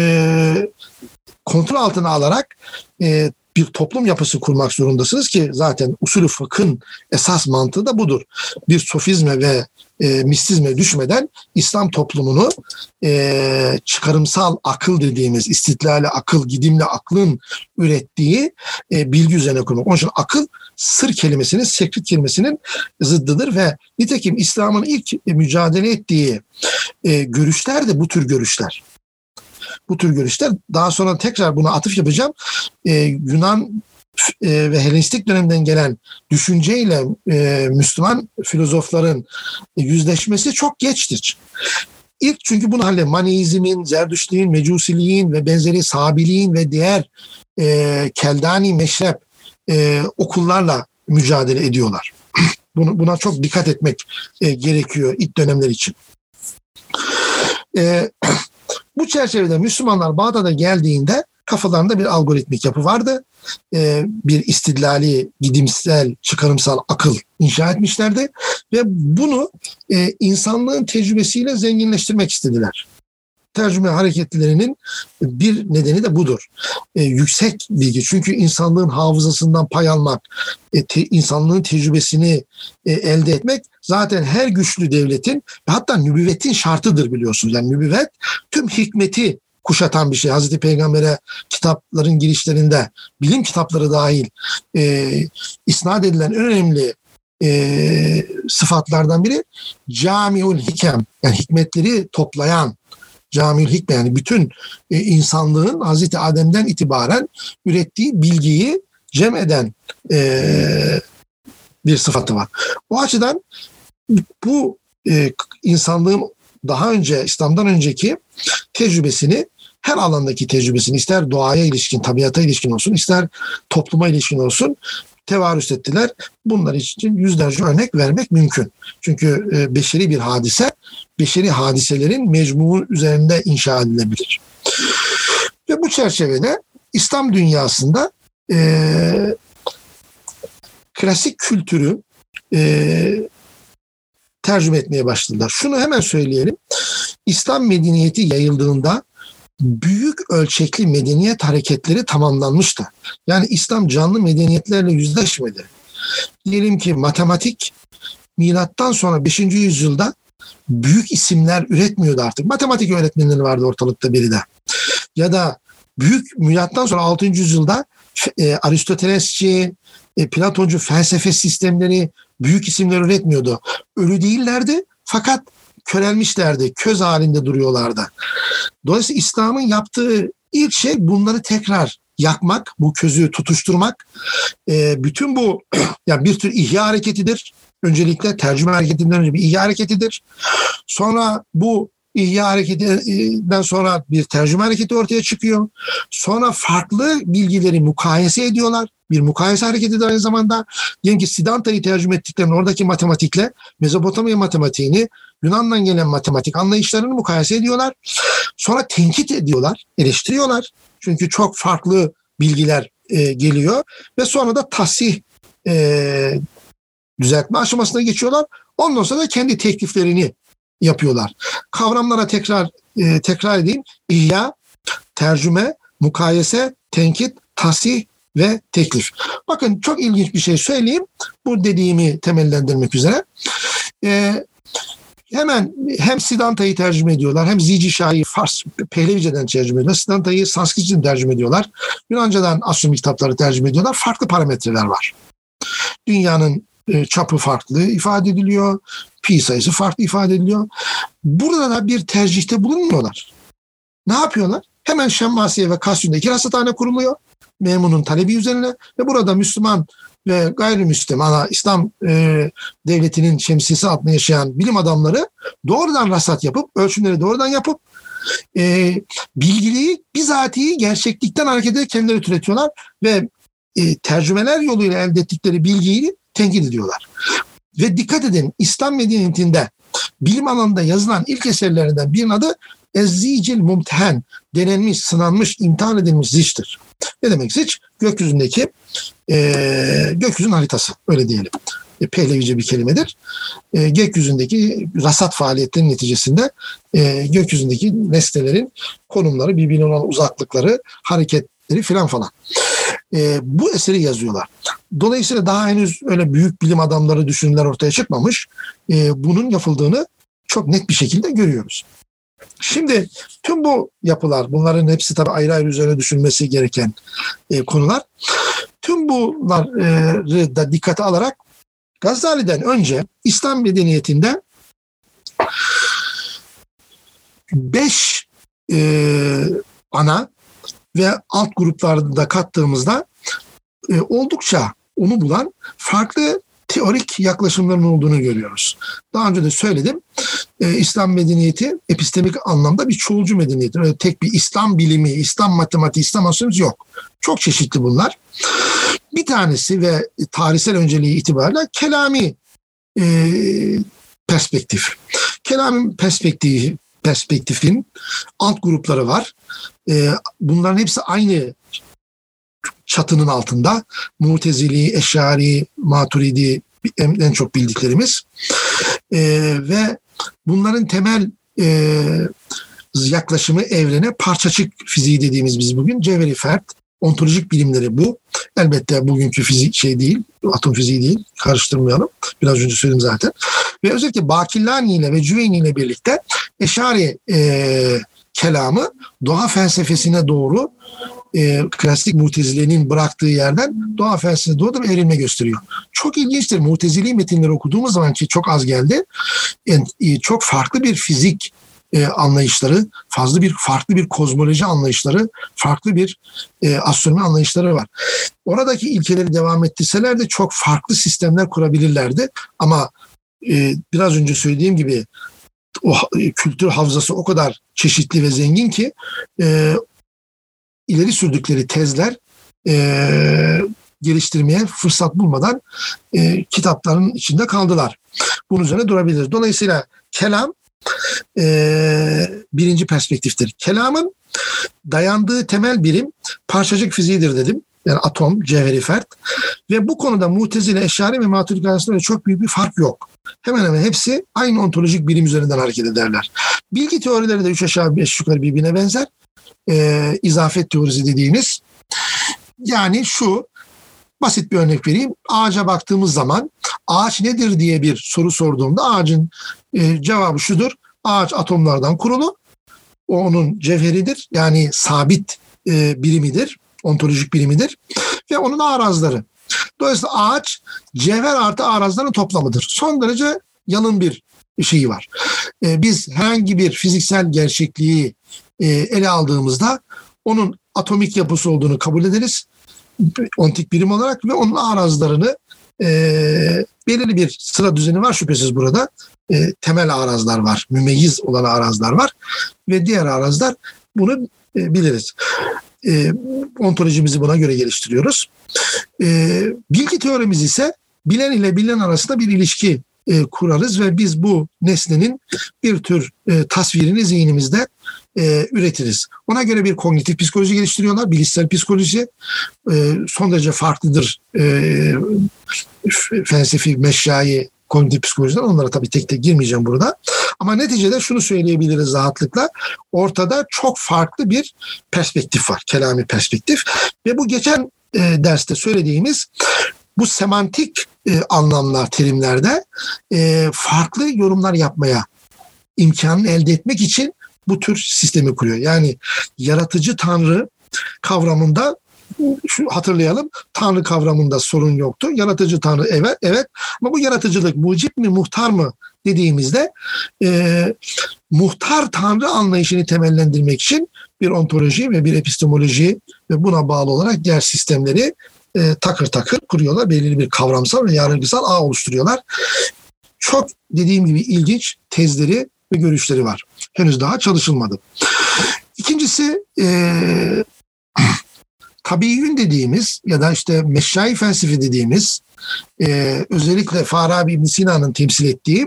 e, kontrol altına alarak e, bir toplum yapısı kurmak zorundasınız ki zaten usulü fıkhın esas mantığı da budur. Bir sofizme ve e, mistizme düşmeden İslam toplumunu e, çıkarımsal akıl dediğimiz, istitlali akıl, gidimli aklın ürettiği e, bilgi üzerine kurmak. Onun için akıl sır kelimesinin, sekret kelimesinin zıddıdır ve nitekim İslam'ın ilk e, mücadele ettiği e, görüşler de bu tür görüşler. Bu tür görüşler. Daha sonra tekrar buna atıf yapacağım. Ee, Yunan e, ve Helenistik dönemden gelen düşünceyle e, Müslüman filozofların e, yüzleşmesi çok geçtir. İlk çünkü bunu halle Maniizmin, Zerdüştlüğün, Mecusiliğin ve benzeri Sabiliğin ve diğer e, Keldani meşrep e, okullarla mücadele ediyorlar. Bunu, buna çok dikkat etmek e, gerekiyor ilk dönemler için. E, Bu çerçevede Müslümanlar Bağdat'a geldiğinde kafalarında bir algoritmik yapı vardı. Ee, bir istidlali, gidimsel, çıkarımsal akıl inşa etmişlerdi. Ve bunu e, insanlığın tecrübesiyle zenginleştirmek istediler. Tercüme hareketlerinin bir nedeni de budur. E, yüksek bilgi. Çünkü insanlığın hafızasından pay almak, e, te, insanlığın tecrübesini e, elde etmek zaten her güçlü devletin, hatta nübüvvetin şartıdır biliyorsunuz. Yani nübüvvet tüm hikmeti kuşatan bir şey. Hazreti Peygamber'e kitapların girişlerinde, bilim kitapları dahil e, isnat edilen en önemli e, sıfatlardan biri camiul hikem, yani hikmetleri toplayan, Camiül Hikme, yani bütün e, insanlığın Hazreti Adem'den itibaren ürettiği bilgiyi cem eden e, bir sıfatı var. O açıdan bu e, insanlığın daha önce, İslam'dan önceki tecrübesini, her alandaki tecrübesini, ister doğaya ilişkin, tabiata ilişkin olsun, ister topluma ilişkin olsun, tevarüs ettiler. Bunlar için yüzlerce örnek vermek mümkün. Çünkü e, beşeri bir hadise, beşeri hadiselerin mecmuu üzerinde inşa edilebilir. Ve bu çerçevede İslam dünyasında e, klasik kültürü e, tercüme etmeye başladılar. Şunu hemen söyleyelim. İslam medeniyeti yayıldığında büyük ölçekli medeniyet hareketleri tamamlanmıştı. Yani İslam canlı medeniyetlerle yüzleşmedi. Diyelim ki matematik milattan sonra beşinci yüzyılda büyük isimler üretmiyordu artık. Matematik öğretmenleri vardı ortalıkta biri de. Ya da büyük milattan sonra altıncı yüzyılda e, Aristotelesçi, e, Platoncu felsefe sistemleri büyük isimler üretmiyordu. Ölü değillerdi fakat körelmişlerdi, köz halinde duruyorlardı. Dolayısıyla İslam'ın yaptığı ilk şey bunları tekrar yakmak, bu közü tutuşturmak. E, bütün bu yani bir tür ihya hareketidir. Öncelikle tercüme hareketinden önce bir ihya hareketidir. Sonra bu ihya hareketinden sonra bir tercüme hareketi ortaya çıkıyor. Sonra farklı bilgileri mukayese ediyorlar. Bir mukayese hareketi de aynı zamanda. Diyelim ki Siddhanta'yı tercüme ettiklerini oradaki matematikle Mezopotamya matematiğini, Yunan'dan gelen matematik anlayışlarını mukayese ediyorlar. Sonra tenkit ediyorlar, eleştiriyorlar. Çünkü çok farklı bilgiler e, geliyor. Ve sonra da tahsih e, düzeltme aşamasına geçiyorlar. Ondan sonra da kendi tekliflerini yapıyorlar. Kavramlara tekrar e, tekrar edeyim. İhya, tercüme, mukayese, tenkit, tahsih ve teklif. Bakın çok ilginç bir şey söyleyeyim. Bu dediğimi temellendirmek üzere. Ee, hemen hem Siddhanta'yı tercüme ediyorlar, hem Zici Şah'ı Fars, Pehlevice'den tercüme ediyorlar. Siddhanta'yı Sanskritçe'den tercüme ediyorlar. Yunanca'dan astronomi kitapları tercüme ediyorlar. Farklı parametreler var. Dünyanın e, çapı farklı ifade ediliyor. Pi sayısı farklı ifade ediliyor. Burada da bir tercihte bulunmuyorlar. Ne yapıyorlar? Hemen Şemmasiye ve Kasyon'da iki rasathane kuruluyor. Memun'un talebi üzerine ve burada Müslüman ve gayrimüslim, ana İslam e, devletinin şemsiyesi altında yaşayan bilim adamları doğrudan rasat yapıp, ölçümleri doğrudan yapıp e, bilgiliği bizatihi gerçeklikten hareket ederek kendileri türetiyorlar ve e, tercümeler yoluyla elde ettikleri bilgiyi tenkit ediyorlar. Ve dikkat edin, İslam medeniyetinde bilim alanında yazılan ilk eserlerinden birinin adı Ez-Zicil Mumtehen, denenmiş, sınanmış, imtihan edilmiş ziçtir. Ne demek ziç? Gökyüzündeki e, gökyüzünün haritası, öyle diyelim. E, Pehlevice bir kelimedir. E, gökyüzündeki rasat faaliyetlerinin neticesinde e, gökyüzündeki nesnelerin konumları, birbirine olan uzaklıkları, hareketleri filan falan. E, bu eseri yazıyorlar. Dolayısıyla daha henüz öyle büyük bilim adamları, düşünürler ortaya çıkmamış. E, bunun yapıldığını çok net bir şekilde görüyoruz. Şimdi tüm bu yapılar, bunların hepsi tabii ayrı ayrı üzerine düşünülmesi gereken e, konular. Tüm bunları da dikkate alarak Gazali'den önce İslam medeniyetinde beş e, ana ve alt gruplarda da kattığımızda e, oldukça onu bulan farklı teorik yaklaşımların olduğunu görüyoruz. Daha önce de söyledim. Ee, İslam medeniyeti epistemik anlamda bir çoğulcu medeniyet. Öyle tek bir İslam bilimi, İslam matematiği, İslam astronomisi yok. Çok çeşitli bunlar. Bir tanesi ve tarihsel önceliği itibariyle kelami e, perspektif. Kelami perspektifi, perspektifin alt grupları var. E, bunların hepsi aynı çatının altında. Mu'tezili, Eş'ari, Maturidi en çok bildiklerimiz. Ee, ve bunların temel e, yaklaşımı evrene parçacık fiziği dediğimiz biz bugün. Cevheri fert, ontolojik bilimleri bu. Elbette bugünkü fizik şey değil, atom fiziği değil. Karıştırmayalım. Biraz önce söyledim zaten. Ve özellikle Bakillani ile ve Cüveyni ile birlikte Eş'ari e, kelamı doğa felsefesine doğru E, klasik Mutezile'nin bıraktığı yerden doğa felsefesine doğru bir evrilme gösteriyor. Çok ilginçtir. Mutezili metinleri okuduğumuz zaman, ki çok az geldi, e, çok farklı bir fizik e, anlayışları, fazla bir farklı bir kozmoloji anlayışları, farklı bir e, astronomi anlayışları var. Oradaki ilkeleri devam ettirseler de çok farklı sistemler kurabilirlerdi. Ama e, biraz önce söylediğim gibi o e, kültür havzası o kadar çeşitli ve zengin ki e, ileri sürdükleri tezler e, geliştirmeye fırsat bulmadan e, kitapların içinde kaldılar. Bunun üzerine durabiliriz. Dolayısıyla kelam e, birinci perspektiftir. Kelamın dayandığı temel birim parçacık fiziğidir dedim. Yani atom, cevheri fert. Ve bu konuda Mu'tezile, Eş'ari ve Maturidi arasında çok büyük bir fark yok. Hemen hemen hepsi aynı ontolojik birim üzerinden hareket ederler. Bilgi teorileri de üç aşağı beş yukarı birbirine benzer. E, izafet teorisi dediğimiz. Yani şu, basit bir örnek vereyim. Ağaca baktığımız zaman ağaç nedir diye bir soru sorduğumda ağacın e, cevabı şudur. Ağaç atomlardan kurulu. O onun cevheridir. Yani sabit e, birimidir. Ontolojik birimidir. Ve onun arazları. Dolayısıyla ağaç cevher artı arazların toplamıdır. Son derece yalın bir şeyi var. E, biz herhangi bir fiziksel gerçekliği e, ele aldığımızda onun atomik yapısı olduğunu kabul ederiz. Ontik birim olarak ve onun arazlarını e, belirli bir sıra düzeni var şüphesiz burada. E, temel arazlar var. Mümeyyiz olan arazlar var. Ve diğer arazlar bunu e, biliriz. E, ontolojimizi buna göre geliştiriyoruz. E, bilgi teorimiz ise bilen ile bilinen arasında bir ilişki e, kurarız ve biz bu nesnenin bir tür e, tasvirini zihnimizde e, üretiriz. Ona göre bir kognitif psikoloji geliştiriyorlar. Bilişsel psikoloji e, son derece farklıdır e, felsefi meşyayı kognitif psikolojiden. Onlara tabii tek tek girmeyeceğim burada. Ama neticede şunu söyleyebiliriz rahatlıkla. Ortada çok farklı bir perspektif var. Kelami perspektif. Ve bu geçen e, derste söylediğimiz bu semantik e, anlamlar, terimlerde e, farklı yorumlar yapmaya imkanını elde etmek için bu tür sistemi kuruyor. Yani yaratıcı Tanrı kavramında, şu hatırlayalım, Tanrı kavramında sorun yoktu. Yaratıcı Tanrı evet, evet. Ama bu yaratıcılık mucip mi, muhtar mı dediğimizde e, muhtar Tanrı anlayışını temellendirmek için bir ontoloji ve bir epistemoloji ve buna bağlı olarak diğer sistemleri e, takır takır kuruyorlar. Belirli bir kavramsal ve yargısal ağ oluşturuyorlar. Çok dediğim gibi ilginç tezleri ve görüşleri var. Henüz daha çalışılmadı. İkincisi e, tabiiyün dediğimiz ya da işte meşai felsefe dediğimiz e, özellikle Farabi İbn Sina'nın temsil ettiği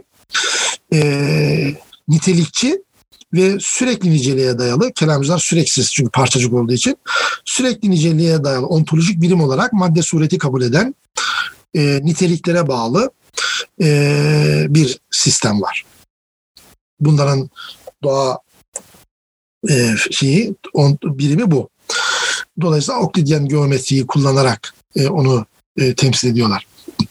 e, nitelikçi ve sürekli niceliğe dayalı, kelamcılar süreksiz çünkü parçacık olduğu için, sürekli niceliğe dayalı ontolojik bilim olarak madde sureti kabul eden e, niteliklere bağlı e, bir sistem var. Bunların doğa e, şeyi, on, birimi bu. Dolayısıyla Oklidyen geometriyi kullanarak e, onu e, temsil ediyorlar.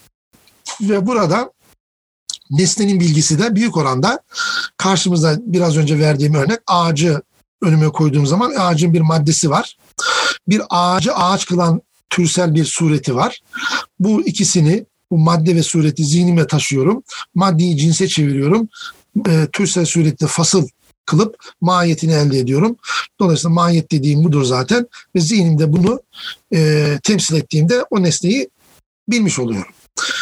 Ve burada nesnenin bilgisi de büyük oranda karşımızda biraz önce verdiğim örnek, ağacı önüme koyduğum zaman ağacın bir maddesi var. Bir ağacı ağaç kılan türsel bir sureti var. Bu ikisini, bu madde ve sureti zihnime taşıyorum. Maddeyi cinse çeviriyorum. E, türsel surette fasıl kılıp mahiyetini elde ediyorum. Dolayısıyla mahiyet dediğim budur zaten ve zihnimde bunu e, temsil ettiğimde o nesneyi bilmiş oluyorum.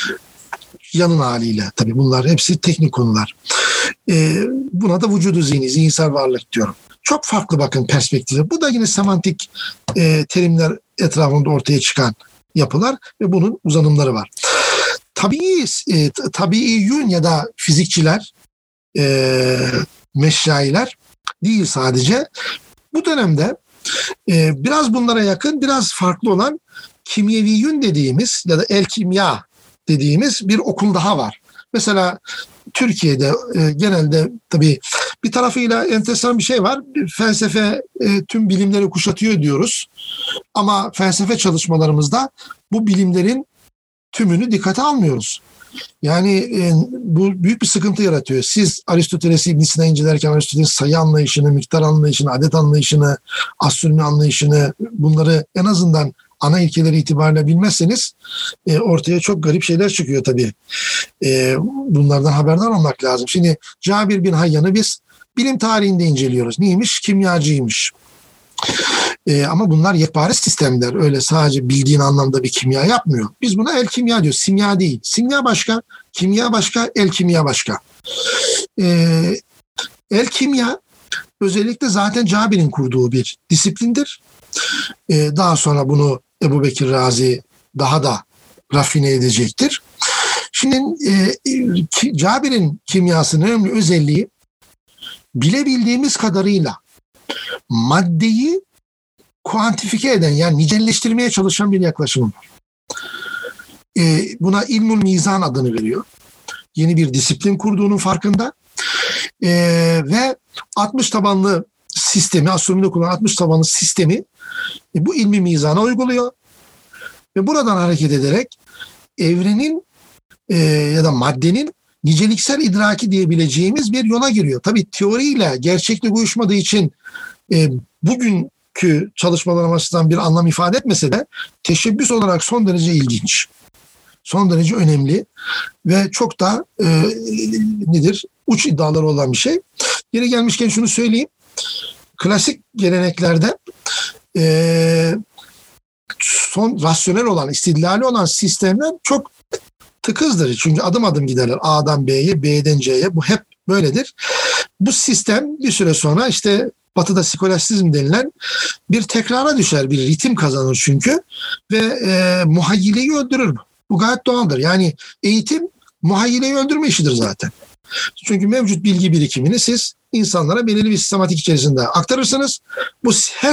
Yanın haliyle tabii bunlar hepsi teknik konular. E, buna da vücudu zihni, zihinsel varlık diyorum. Çok farklı bakın perspektifi. Bu da yine semantik e, terimler etrafında ortaya çıkan yapılar ve bunun uzanımları var. Tabii e, tabiiyün ya da fizikçiler, e, meşayiler değil sadece. Bu dönemde e, biraz bunlara yakın, biraz farklı olan kimyeviyün dediğimiz ya da el kimya dediğimiz bir okul daha var. Mesela Türkiye'de e, genelde tabii bir tarafıyla enteresan bir şey var. Felsefe e, tüm bilimleri kuşatıyor diyoruz. Ama felsefe çalışmalarımızda bu bilimlerin tümünü dikkate almıyoruz. Yani e, bu büyük bir sıkıntı yaratıyor. Siz Aristoteles'i, İbn Sina'yı incelerken Aristoteles sayı anlayışını, miktar anlayışını, adet anlayışını, astronomi anlayışını, bunları en azından ana ilkeleri itibariyle bilmezseniz e, ortaya çok garip şeyler çıkıyor tabii. E, bunlardan haberdar olmak lazım. Şimdi Cabir bin Hayyan'ı biz bilim tarihinde inceliyoruz. Neymiş? Kimyacıymış. E, ama bunlar yekpare sistemler. Öyle sadece bildiğin anlamda bir kimya yapmıyor. Biz buna el kimya diyoruz. Simya değil. Simya başka, kimya başka, el kimya başka. E, el kimya özellikle zaten Cabir'in kurduğu bir disiplindir. E, daha sonra bunu Ebubekir Razi daha da rafine edecektir. Şimdi e, Cabir'in kimyasının önemli özelliği, bilebildiğimiz kadarıyla maddeyi kuantifike eden, yani nicelleştirmeye çalışan bir yaklaşım var. E, buna ilmül mizan adını veriyor. Yeni bir disiplin kurduğunun farkında. E, ve altmış tabanlı sistemi, astronomide kullanılan altmış tabanlı sistemi e, bu ilmi mizana uyguluyor. Ve buradan hareket ederek evrenin e, ya da maddenin niceliksel idraki diyebileceğimiz bir yola giriyor. Tabii teoriyle gerçeklik uyuşmadığı için e, bugünkü çalışmalar açısından bir anlam ifade etmese de teşebbüs olarak son derece ilginç. Son derece önemli ve çok da e, nedir? Uç iddiaları olan bir şey. Yeri gelmişken şunu söyleyeyim. Klasik geleneklerde e, son rasyonel olan, istidlali olan sistemler çok tıkızdır. Çünkü adım adım giderler. A'dan B'ye, B'den C'ye. Bu hep böyledir. Bu sistem bir süre sonra işte Batı'da skolastizm denilen bir tekrara düşer. Bir ritim kazanır çünkü. Ve e, muhayyileyi öldürür. Bu gayet doğaldır. Yani eğitim muhayyileyi öldürme işidir zaten. Çünkü mevcut bilgi birikimini siz insanlara belirli bir sistematik içerisinde aktarırsınız. Bu her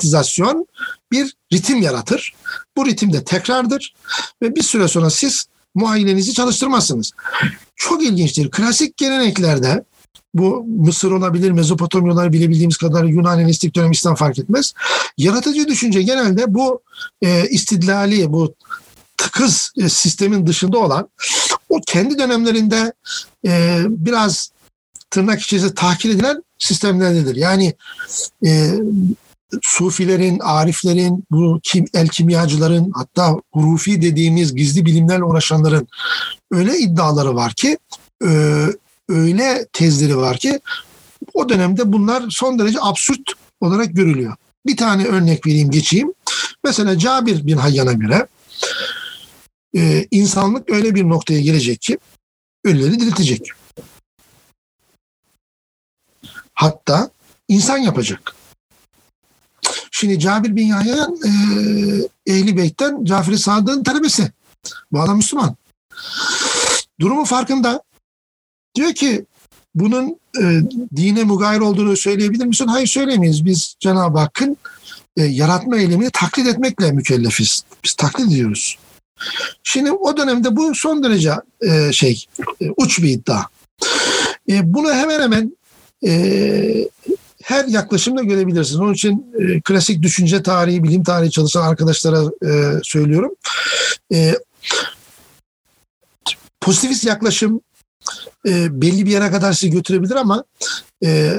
sistematizasyon bir ritim yaratır. Bu ritim de tekrardır. Ve bir süre sonra siz muayenenizi çalıştırmazsınız. Çok ilginçtir. Klasik geleneklerde bu Mısır olabilir, Mezopotamya olabilir, bilebildiğimiz kadar Yunan Helenistik dönem İslam fark etmez. Yaratıcı düşünce genelde bu e, istidlali, bu tıkız e, sistemin dışında olan o kendi dönemlerinde e, biraz tırnak içerisinde tahkir edilen sistemlerdedir. Yani e, Sufilerin, Ariflerin, bu kim, el kimyacıların, hatta hurufi dediğimiz gizli bilimlerle uğraşanların öyle iddiaları var ki, e, öyle tezleri var ki o dönemde bunlar son derece absürt olarak görülüyor. Bir tane örnek vereyim, geçeyim. Mesela Cabir bin Hayyan'a göre e, insanlık öyle bir noktaya gelecek ki ölüleri diriltecek. Hatta insan yapacak. Şimdi Cabir bin Yahya e, Ehl-i Beyt'ten Cafer-i Sadık'ın talebesi. Bu adam Müslüman. Durumu farkında. Diyor ki bunun e, dine mugayir olduğunu söyleyebilir misin? Hayır, söyleyemeyiz. Biz Cenab-ı Hakk'ın e, yaratma eylemini taklit etmekle mükellefiz. Biz taklit ediyoruz. Şimdi o dönemde bu son derece e, şey e, uç bir iddia. E, bunu hemen hemen e, her yaklaşımda görebilirsiniz. Onun için e, klasik düşünce tarihi, bilim tarihi çalışan arkadaşlara e, söylüyorum. E, pozitivist yaklaşım e, belli bir yere kadar sizi götürebilir ama e,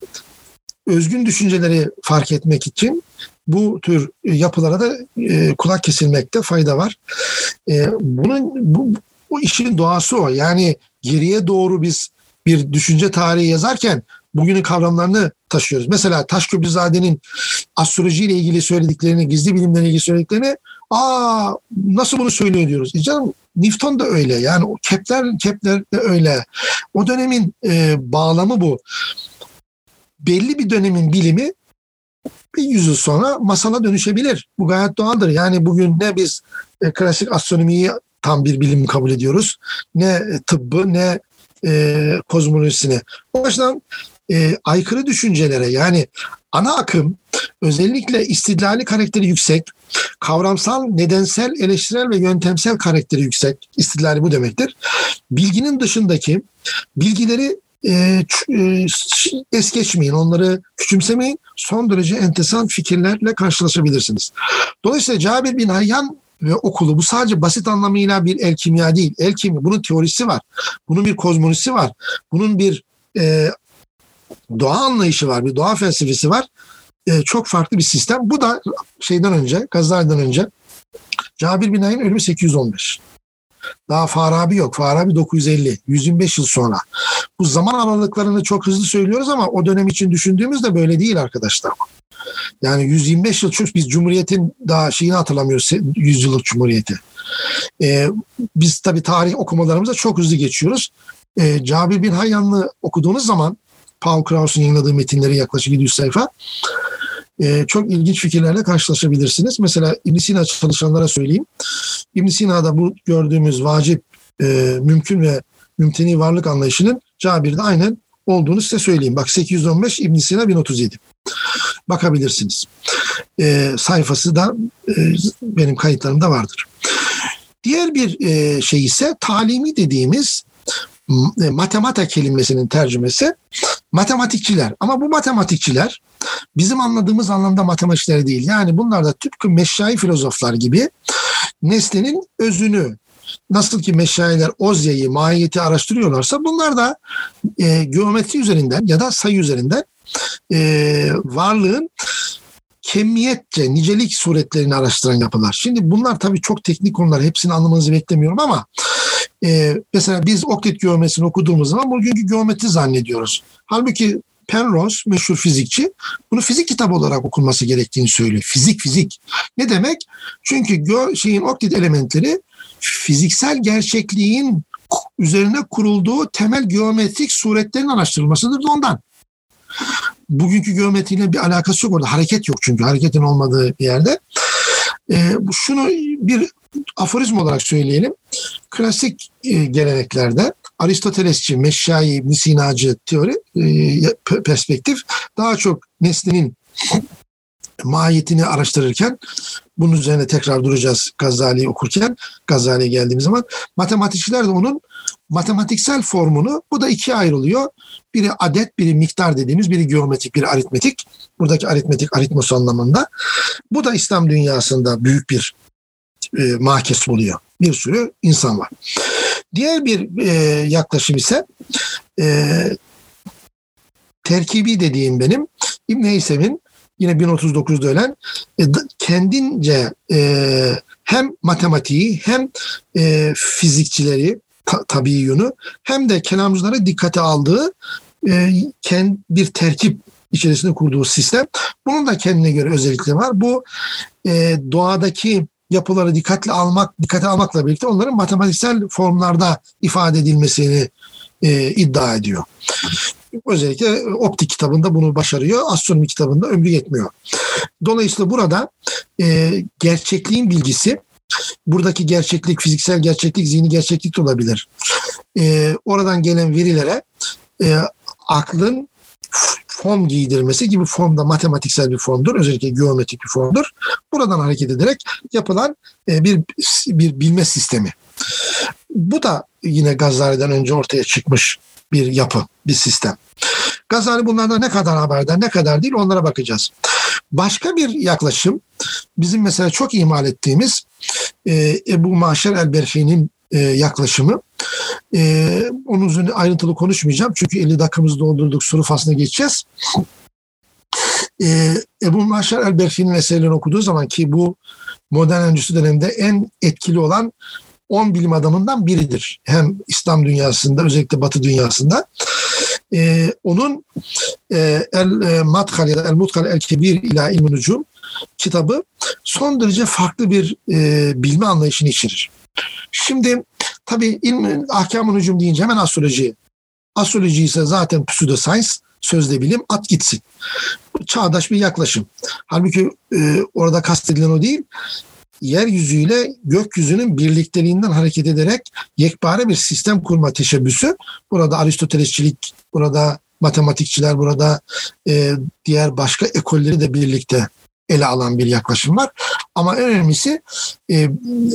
özgün düşünceleri fark etmek için bu tür yapılara da e, kulak kesilmekte fayda var. E, bunun bu, bu işin doğası o. Yani geriye doğru biz bir düşünce tarihi yazarken bugünün kavramlarını taşıyoruz. Mesela Taşköprüzade'nin astrolojiyle ilgili söylediklerini, gizli bilimlerle ilgili söylediklerini, aa nasıl bunu söylüyor diyoruz. E canım, Newton da öyle. Yani o Kepler, Kepler de öyle. O dönemin e, bağlamı bu. Belli bir dönemin bilimi bir yüzyıl sonra masala dönüşebilir. Bu gayet doğaldır. Yani bugün ne biz e, klasik astronomiyi tam bir bilim kabul ediyoruz, ne tıbbı, ne e, kozmolojisini. O açıdan e, aykırı düşüncelere, yani ana akım özellikle istidlali karakteri yüksek, kavramsal, nedensel, eleştirel ve yöntemsel karakteri yüksek, istidlali bu demektir. Bilginin dışındaki bilgileri e, e, es geçmeyin, onları küçümsemeyin, son derece enteresan fikirlerle karşılaşabilirsiniz. Dolayısıyla Cabir bin Hayyan ve okulu bu sadece basit anlamıyla bir el kimya değil. El kimya, bunun teorisi var. Bunun bir kozmolojisi var. Bunun bir e, doğa anlayışı var. Bir doğa felsefesi var. E, çok farklı bir sistem. Bu da şeyden önce, Gazali'den önce Cabir bin Hayyan ölümü sekiz yüz on beş. Daha Farabi yok. Farabi dokuz yüz elli. yüz yirmi beş yıl sonra. Bu zaman aralıklarını çok hızlı söylüyoruz ama o dönem için düşündüğümüzde böyle değil arkadaşlar. Yani yüz yirmi beş yıl, çünkü biz Cumhuriyet'in daha şeyini hatırlamıyoruz, yüz yıllık Cumhuriyeti. Ee, biz tabii tarih okumalarımıza çok hızlı geçiyoruz. Ee, Cabir bin Hayyan'ı okuduğunuz zaman, Paul Kraus'un yayınladığı metinleri yaklaşık yedi yüz sayfa, e, çok ilginç fikirlerle karşılaşabilirsiniz. Mesela İbn Sina çalışanlara söyleyeyim. İbn Sina'da bu gördüğümüz vacip, e, mümkün ve mümteni varlık anlayışının Cabir'de aynen olduğunu size söyleyeyim. Bak, sekiz yüz on beş, İbn Sina bin otuz yedi. Bakabilirsiniz. E, sayfası da e, benim kayıtlarımda vardır. Diğer bir e, şey ise talimi dediğimiz e, matemata kelimesinin tercümesi matematikçiler. Ama bu matematikçiler bizim anladığımız anlamda matematikçiler değil. Yani bunlar da tıpkı meşayi filozoflar gibi nesnenin özünü, nasıl ki meşayiler ozyayı, mahiyeti araştırıyorlarsa bunlar da e, geometri üzerinden ya da sayı üzerinden e, varlığın kemiyetçe, nicelik suretlerini araştıran yapılar. Şimdi bunlar tabii çok teknik konular. Hepsini anlamanızı beklemiyorum ama e, mesela biz Oktit geometrisini okuduğumuz zaman bugünkü geometri zannediyoruz. Halbuki Penrose, meşhur fizikçi, bunu fizik kitabı olarak okunması gerektiğini söylüyor. Fizik, fizik. Ne demek? Çünkü gö- şeyin Oktit elementleri fiziksel gerçekliğin üzerine kurulduğu temel geometrik suretlerin araştırılmasıdır da ondan. Bugünkü geometriyle bir alakası yok orada. Hareket yok çünkü. Hareketin olmadığı bir yerde. E, şunu bir aforizm olarak söyleyelim. Klasik e, geleneklerde Aristotelesçi, Meşşai, İbn Sinacı teori, e, perspektif daha çok nesnenin mahiyetini araştırırken Bunun üzerine tekrar duracağız Gazali'yi okurken, Gazali'ye geldiğimiz zaman. Matematikçiler de onun matematiksel formunu, bu da ikiye ayrılıyor. Biri adet, biri miktar dediğimiz, biri geometrik, biri aritmetik. Buradaki aritmetik, aritmos anlamında. Bu da İslam dünyasında büyük bir e, mahkes oluyor. Bir sürü insan var. Diğer bir e, yaklaşım ise e, terkibi dediğim benim İbn Heysem'in yine bin otuz dokuzda ölen e, kendince e, hem matematiği hem e, fizikçileri ta, tabii yönü hem de kelamcıları dikkate aldığı e, kend, bir terkip içerisinde kurduğu sistem. Bunun da kendine göre özellikleri var. Bu e, doğadaki yapıları dikkatli almak, dikkate almakla birlikte onların matematiksel formlarda ifade edilmesini e, iddia ediyor. Özellikle optik kitabında bunu başarıyor. Astronomi kitabında ömrü yetmiyor. Dolayısıyla burada e, gerçekliğin bilgisi, buradaki gerçeklik, fiziksel gerçeklik, zihni gerçeklik de olabilir. E, oradan gelen verilere e, aklın form giydirmesi gibi, form da matematiksel bir formdur. Özellikle geometrik bir formdur. Buradan hareket ederek yapılan e, bir bir bilme sistemi. Bu da yine Gazali'den önce ortaya çıkmış bir yapı, bir sistem. Gazali bunlardan ne kadar haberdar, ne kadar değil, onlara bakacağız. Başka bir yaklaşım, bizim mesela çok ihmal ettiğimiz e, Ebu Maşer el-Berhi'nin e, yaklaşımı. E, onun üzerine ayrıntılı konuşmayacağım çünkü elli dakikamızı doldurduk, soru faslına geçeceğiz. E, Ebu Maşer el-Berhi'nin eserlerini okuduğu zaman, ki bu modern endüstri döneminde en etkili olan on bilim adamından biridir. Hem İslam dünyasında, özellikle Batı dünyasında. Ee, onun e, El-Madhal ya da El-Mudhal El-Kebir ila İlm-i Nucum kitabı son derece farklı bir e, bilme anlayışını içerir. Şimdi tabii ilm, ahkam-ı nucum deyince hemen astroloji. Astroloji ise zaten pseudoscience, sözde bilim, at gitsin. Çağdaş bir yaklaşım. Halbuki e, orada kastedilen o değil. Yeryüzüyle gökyüzünün birlikteliğinden hareket ederek yekpare bir sistem kurma teşebbüsü. Burada Aristotelesçilik, burada matematikçiler, burada e, diğer başka ekolleri de birlikte ele alan bir yaklaşım var. Ama en önemlisi e,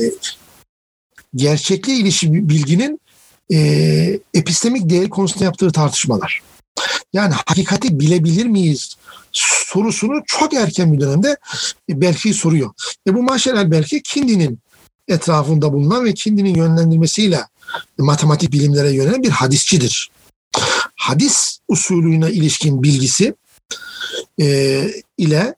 gerçekliğe ilişkin bilginin e, epistemik değeri konusunda yaptığı tartışmalar. Yani hakikati bilebilir miyiz sorusunu çok erken bir dönemde Berhi soruyor. E bu Maşer el-Berhi Kindi'nin etrafında bulunan ve Kindi'nin yönlendirmesiyle matematik bilimlere yönelen bir hadisçidir. Hadis usulüne ilişkin bilgisi e, ile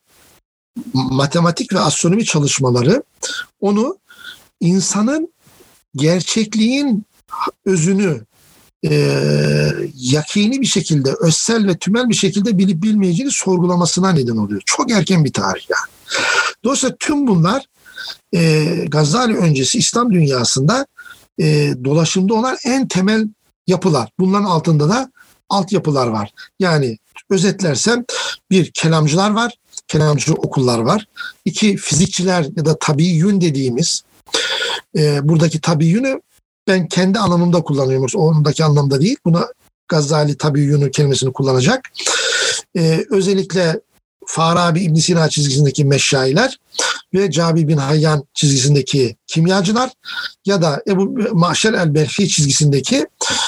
matematik ve astronomi çalışmaları onu insanın gerçekliğin özünü e, yakini bir şekilde, özsel ve tümel bir şekilde bilip bilmeyeceğini sorgulamasına neden oluyor. Çok erken bir tarih yani. Dolayısıyla tüm bunlar e, Gazali öncesi İslam dünyasında e, dolaşımda olan en temel yapılar. Bunların altında da altyapılar var. Yani özetlersem, bir, kelamcılar var, kelamcı okullar var. İki, fizikçiler ya da tabiiyün dediğimiz, e, buradaki tabiiyünü ben kendi anlamımda kullanıyorum. Ondaki anlamda değil. Buna Gazali tabiiyünü kelimesini kullanacak. Ee, özellikle Farabi İbn Sina çizgisindeki meşayiler ve Cabir bin Hayyan çizgisindeki kimyacılar ya da Ebu Maşer el-Berhi çizgisindeki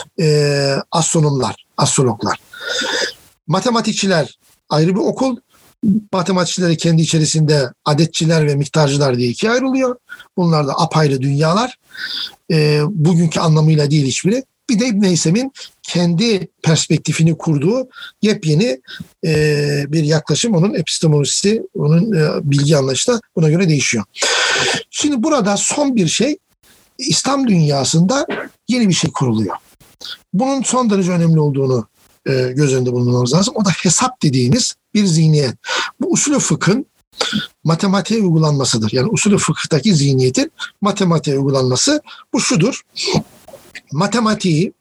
e, astronomlar, astrologlar. Matematikçiler ayrı bir okul. Matematikçileri kendi içerisinde adetçiler ve miktarcılar diye ikiye ayrılıyor. Bunlar da apayrı dünyalar. E, bugünkü anlamıyla değil hiçbiri. Bir de İbn Heysem'in kendi perspektifini kurduğu yepyeni e, bir yaklaşım, onun epistemolojisi, onun e, bilgi anlayışı da buna göre değişiyor. Şimdi burada son bir şey, İslam dünyasında yeni bir şey kuruluyor. Bunun son derece önemli olduğunu e, göz önünde bulundurmamız lazım. O da hesap dediğimiz bir zihniyet. Bu usulü fıkhın matematiğe uygulanmasıdır. Yani usulü fıkhtaki zihniyetin matematiğe uygulanması bu şudur. Matematiği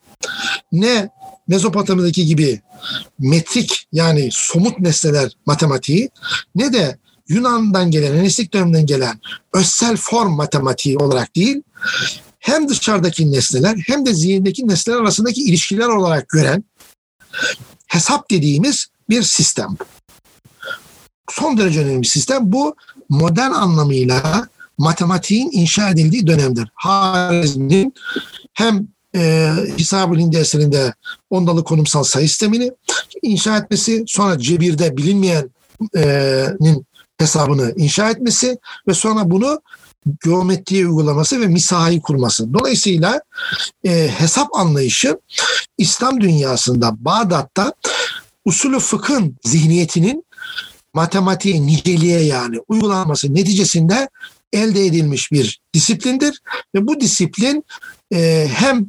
ne Mezopotamya'daki gibi metrik, yani somut nesneler matematiği, ne de Yunan'dan gelen, Helenistik dönemden gelen özsel form matematiği olarak değil, hem dışarıdaki nesneler hem de zihindeki nesneler arasındaki ilişkiler olarak gören hesap dediğimiz bir sistem. son derece önemli bir sistem. Bu modern anlamıyla matematiğin inşa edildiği dönemdir. Harizmi'nin hem e, Hesab-ı Hindi eserinde ondalı konumsal sayı sistemini inşa etmesi, sonra cebirde bilinmeyenin hesabını inşa etmesi ve sonra bunu geometriye uygulaması ve misahayı kurması. Dolayısıyla e, hesap anlayışı İslam dünyasında, Bağdat'ta usulü fıkhın zihniyetinin matematiğe, niceliğe yani uygulanması neticesinde elde edilmiş bir disiplindir. Ve bu disiplin e, hem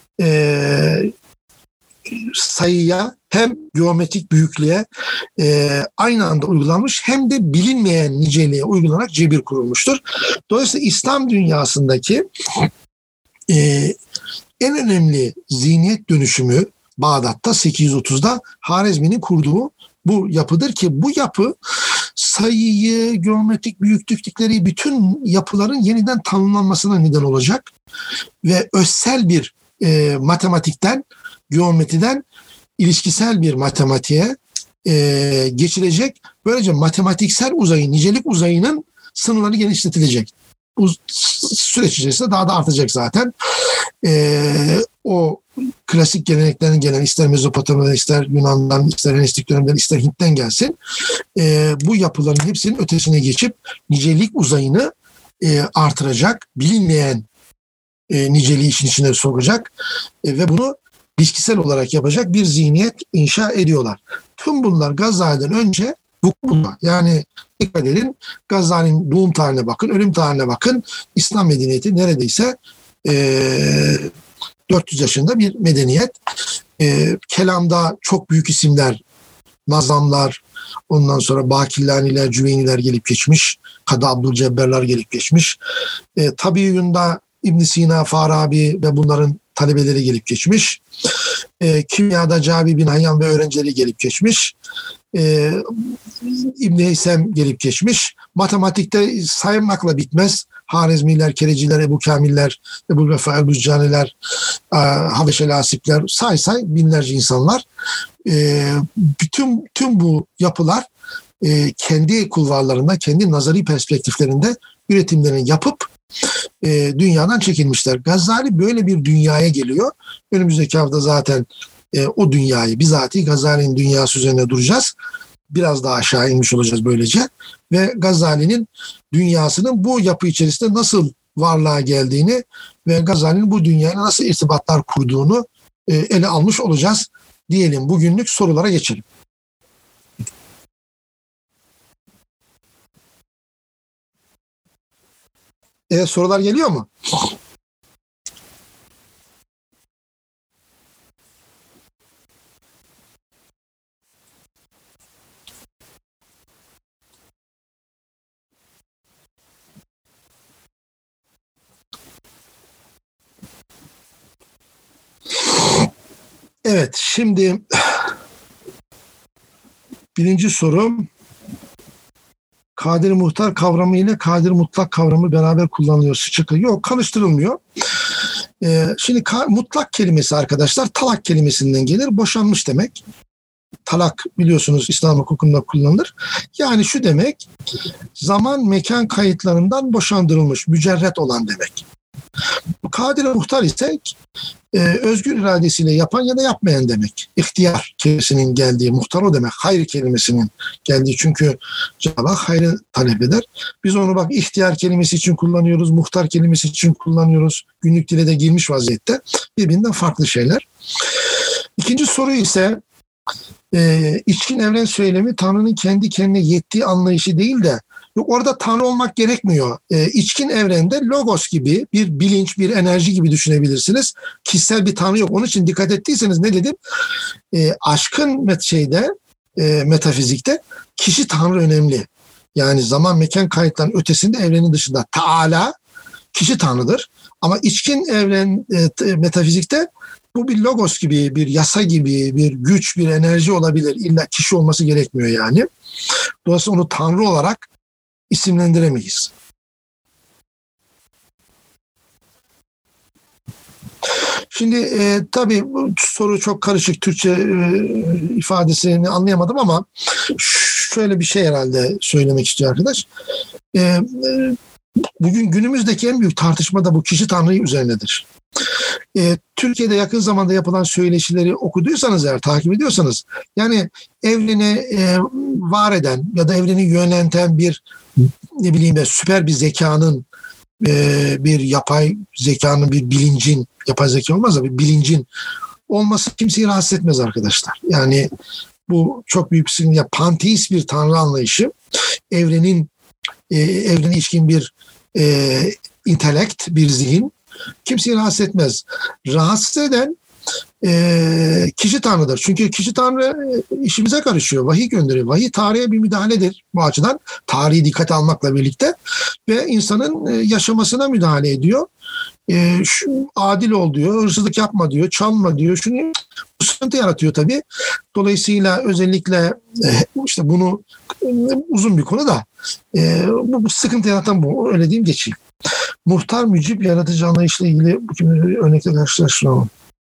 e, sayıya hem geometrik büyüklüğe e, aynı anda uygulanmış hem de bilinmeyen niceliğe uygulanarak cebir kurulmuştur. Dolayısıyla İslam dünyasındaki e, en önemli zihniyet dönüşümü Bağdat'ta sekiz yüz otuzda Harizmi'nin kurduğu bu yapıdır ki bu yapı sayıyı, geometrik büyüklükleri, bütün yapıların yeniden tanımlanmasına neden olacak ve özsel bir e, matematikten, geometriden ilişkisel bir matematiğe e, geçilecek. Böylece matematiksel uzayın, nicelik uzayının sınırları genişletilecek. Bu süreç içerisinde daha da artacak zaten. E, o klasik geleneklerden gelen, ister Mezopotamya'dan, ister Yunan'dan, ister Helenistik dönemden, ister Hint'ten gelsin. E, bu yapıların hepsinin ötesine geçip nicelik uzayını e, artıracak, bilinmeyen e, niceliği işin içine sokacak e, ve bunu ilişkisel olarak yapacak bir zihniyet inşa ediyorlar. Tüm bunlar Gazali'den önce vuku, yani dikkat edin, Gazali'nin doğum tarihine bakın, ölüm tarihine bakın. İslam medeniyeti neredeyse e, dört yüz yaşında bir medeniyet. E, kelamda çok büyük isimler, Nazamlar, ondan sonra Bakillaniler, Cüveyniler gelip geçmiş. Kadı Abdülcebbarlar gelip geçmiş. E, Tabiiyun'da İbn Sina, Farabi ve bunların talebeleri gelip geçmiş. E, kimyada Cabi bin Hayyan ve öğrencileri gelip geçmiş. E, İbn-i Heysem gelip geçmiş. Matematikte saymakla bitmez. Harizmiler, Kereciler, Ebu Kamiller, Ebu Vefa, Ebu Caniler, Habeşeli Asipler, say say binlerce insanlar. E, bütün tüm bu yapılar e, kendi kulvarlarında, kendi nazari perspektiflerinde üretimlerini yapıp e, dünyadan çekilmişler. Gazali böyle bir dünyaya geliyor. Önümüzdeki hafta zaten e, o dünyayı, bizatihi Gazali'nin dünyası üzerine duracağız. Biraz daha aşağı inmiş olacağız böylece. Ve Gazali'nin dünyasının bu yapı içerisinde nasıl varlığa geldiğini ve Gazali'nin bu dünyayla nasıl irtibatlar kurduğunu e, ele almış olacağız diyelim. Bugünlük sorulara geçelim. Evet, sorular geliyor mu? Evet, şimdi birinci sorum, Kadir Muhtar kavramı ile Kadir Mutlak kavramı beraber kullanılıyor. Sıçıkı. Yok, karıştırılmıyor. Ee, şimdi ka- mutlak kelimesi arkadaşlar talak kelimesinden gelir. Boşanmış demek. Talak biliyorsunuz İslam hukukunda kullanılır. Yani şu demek, zaman mekan kayıtlarından boşandırılmış, mücerret olan demek. Kadir Muhtar ise e, özgür iradesiyle yapan ya da yapmayan demek. İhtiyar kelimesinin geldiği, muhtar o demek. Hayır kelimesinin geldiği, çünkü Cenab-ı Hak hayrı talep eder. Biz onu bak ihtiyar kelimesi için kullanıyoruz, muhtar kelimesi için kullanıyoruz. Günlük dile de girmiş vaziyette. Birbirinden farklı şeyler. İkinci soru ise e, içkin evren söylemi Tanrı'nın kendi kendine yettiği anlayışı değil de, yok orada Tanrı olmak gerekmiyor. E, içkin evrende logos gibi bir bilinç, bir enerji gibi düşünebilirsiniz. Kişisel bir Tanrı yok. Onun için dikkat ettiyseniz ne dedim? E, aşkın met şeyde, e, metafizikte kişi Tanrı önemli. Yani zaman mekan kayıtlarının ötesinde, evrenin dışında Teala kişi Tanrı'dır. Ama içkin evren e, metafizikte bu bir logos gibi, bir yasa gibi, bir güç, bir enerji olabilir. İlla kişi olması gerekmiyor yani. Dolayısıyla onu Tanrı olarak isimlendiremeyiz. Şimdi e, tabii bu soru çok karışık, Türkçe e, ifadesini anlayamadım ama şöyle bir şey herhalde söylemek istiyor arkadaş. E, e, bugün günümüzdeki en büyük tartışma da bu kişi tanrı üzerinedir. E, Türkiye'de yakın zamanda yapılan söyleşileri okuduysanız eğer, takip ediyorsanız, yani evreni e, var eden ya da evreni yöneten bir, ne bileyim ben, süper bir zekanın, e, bir yapay zekanın, bir bilincin, yapay zeka olmaz da bir bilincin olması kimseyi rahatsız etmez arkadaşlar. Yani bu çok büyük bir sıkıntı. Ya, panteist bir tanrı anlayışı, evrenin e, evrene ilişkin bir e, intelekt, bir zihin kimseyi rahatsız etmez. Rahatsız eden e, kişi tanrıdır. Çünkü kişi tanrı işimize karışıyor. Vahiy gönderiyor. Vahiy tarihe bir müdahaledir bu açıdan. Tarihi dikkate almakla birlikte ve insanın e, yaşamasına müdahale ediyor. E, şu, adil ol diyor, hırsızlık yapma diyor, çalma diyor. Şunu sıkıntı yaratıyor tabii. Dolayısıyla özellikle e, işte bunu e, uzun bir konu da e, bu, bu sıkıntı yaratan bu. Öyle diyeyim, geçeyim. Muhtar mücib yaratıcı anlayışla ilgili bu gibi örnekle karşılaştıralım.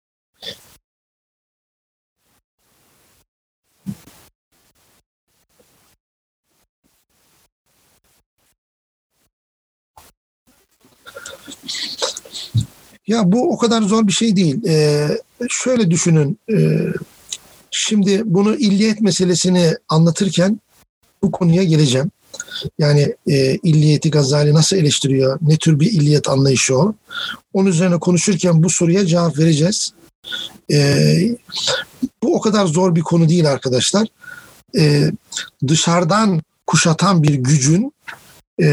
Ya bu o kadar zor bir şey değil. Ee, şöyle düşünün. E, şimdi bunu illiyet meselesini anlatırken bu konuya geleceğim. Yani e, illiyeti Gazali nasıl eleştiriyor? Ne tür bir illiyet anlayışı o? Onun üzerine konuşurken bu soruya cevap vereceğiz. E, bu o kadar zor bir konu değil arkadaşlar. E, dışarıdan kuşatan bir gücün e,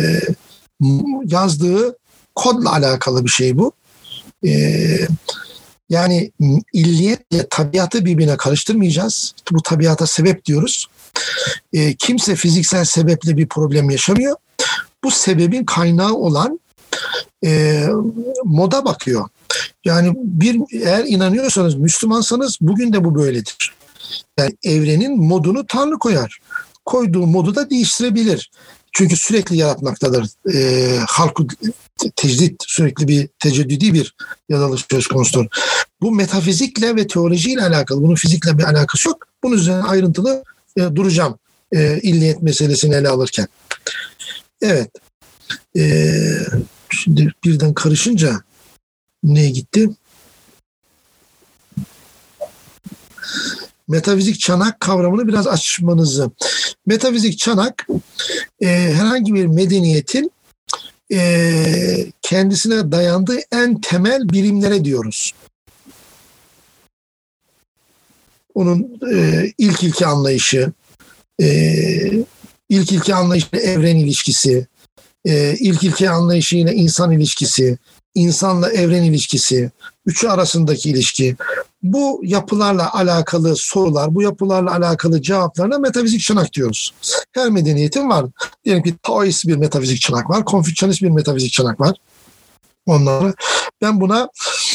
yazdığı kodla alakalı bir şey bu. Ee, yani illiyetle tabiatı birbirine karıştırmayacağız. Bu tabiata sebep diyoruz. Ee, kimse fiziksel sebeple bir problem yaşamıyor. Bu sebebin kaynağı olan e, moda bakıyor. Yani bir, eğer inanıyorsanız, Müslümansanız bugün de bu böyledir. Yani evrenin modunu Tanrı koyar. Koyduğu modu da değiştirebilir. Çünkü sürekli yaratmaktadır. E, halkı tecdit, sürekli bir teceddüdi bir yaratılış söz konusudur. Bu metafizikle ve teolojiyle alakalı. Bunun fizikle bir alakası yok. Bunun üzerine ayrıntılı e, duracağım. E, illiyet meselesini ele alırken. Evet. E, şimdi birden karışınca neye gitti? Metafizik çanak kavramını biraz açmanızı. Metafizik çanak e, herhangi bir medeniyetin e, kendisine dayandığı en temel birimlere diyoruz. Onun e, ilk ilki anlayışı, e, ilk ilki anlayışıyla evren ilişkisi, e, ilk ilki anlayışıyla insan ilişkisi, insanla evren ilişkisi, üçü arasındaki ilişki. Bu yapılarla alakalı sorular, bu yapılarla alakalı cevaplarına metafizik çanak diyoruz. Her medeniyetin var. Diyelim ki Taoist bir metafizik çanak var, Konfüçyanist bir metafizik çanak var. Onları ben buna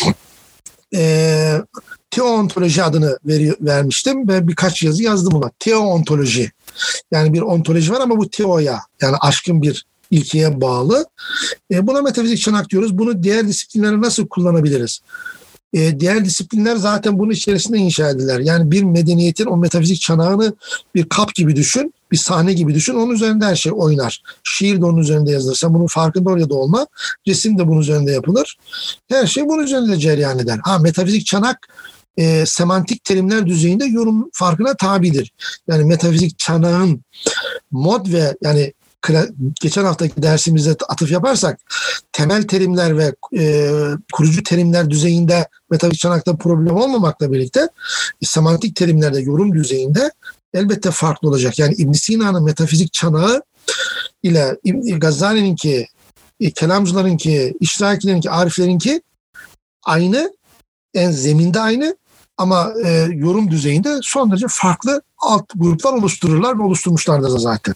e, teoontoloji adını veri, vermiştim ve birkaç yazı yazdım buna. Teoontoloji. Yani bir ontoloji var ama bu teoya, yani aşkın bir ilkeye bağlı. E, buna metafizik çanak diyoruz. Bunu diğer disiplinlere nasıl kullanabiliriz? E, diğer disiplinler zaten bunun içerisinde inşa ediler. Yani bir medeniyetin o metafizik çanağını bir kap gibi düşün, bir sahne gibi düşün. Onun üzerinde her şey oynar. Şiir de onun üzerinde yazılır. Sen bunun farkında ol ya da olma. Resim de bunun üzerinde yapılır. Her şey bunun üzerinde cereyan eder. Ha, metafizik çanak e, semantik terimler düzeyinde yorum farkına tabidir. Yani metafizik çanağın mod ve yani geçen haftaki dersimizde atıf yaparsak temel terimler ve e, kurucu terimler düzeyinde metafizik çanakta problem olmamakla birlikte e, semantik terimlerde yorum düzeyinde elbette farklı olacak. Yani İbn Sina'nın metafizik çanağı ile Gazali'ninki, e, kelamcılarınki, iştirakilerinki, ariflerinki aynı, en zeminde aynı ama e, yorum düzeyinde son derece farklı alt gruplar oluştururlar ve oluşturmuşlardır da zaten.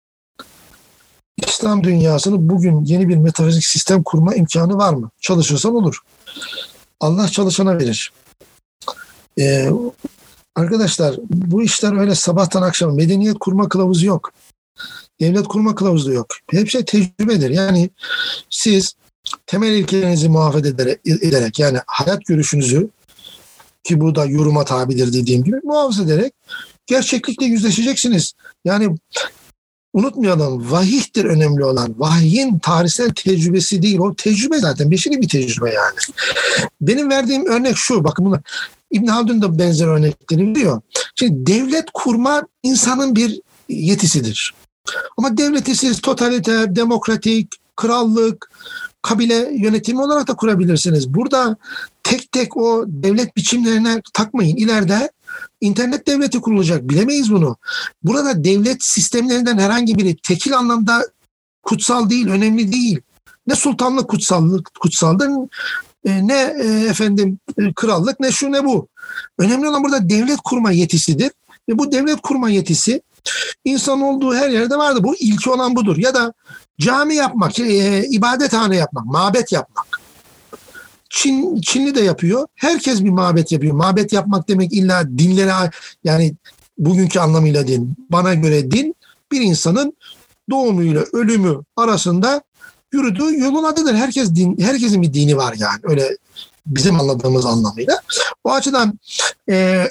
İslam dünyasını bugün yeni bir metafizik sistem kurma imkanı var mı? Çalışırsan olur. Allah çalışana verir. Ee, arkadaşlar bu işler öyle sabahtan akşama. Medeniyet kurma kılavuzu yok. Devlet kurma kılavuzu da yok. Hep şey tecrübedir. Yani siz temel ilkelerinizi muhafaza ederek, ederek yani hayat görüşünüzü, ki bu da yoruma tabidir dediğim gibi, muhafaza ederek gerçeklikle yüzleşeceksiniz. Yani unutmayalım, vahiydir önemli olan. Vahyin tarihsel tecrübesi değil. O tecrübe zaten beşeri bir tecrübe yani. Benim verdiğim örnek şu. Bakın bunlar. İbn Haldun da benzer örnekleri biliyor. Şimdi devlet kurma insanın bir yetisidir. Ama devleti siz totaliter, demokratik, krallık, kabile yönetimi olarak da kurabilirsiniz. Burada tek tek o devlet biçimlerine takmayın. İleride internet devleti kurulacak. Bilemeyiz bunu. Burada devlet sistemlerinden herhangi biri tekil anlamda kutsal değil, önemli değil. Ne sultanlık kutsallık kutsaldır, ne efendim krallık, ne şu ne bu. Önemli olan burada devlet kurma yetisidir. Ve bu devlet kurma yetisi insan olduğu her yerde vardır. Bu ilki olan budur. Ya da cami yapmak, e, ibadethane yapmak, mabet yapmak. Çin, Çinli de yapıyor. Herkes bir mabet yapıyor. Mabet yapmak demek illa dinlere, yani bugünkü anlamıyla din. Bana göre din bir insanın doğumuyla ölümü arasında yürüdüğü yolun adıdır. Herkes din, herkesin bir dini var yani. Öyle bizim anladığımız anlamıyla. O açıdan e,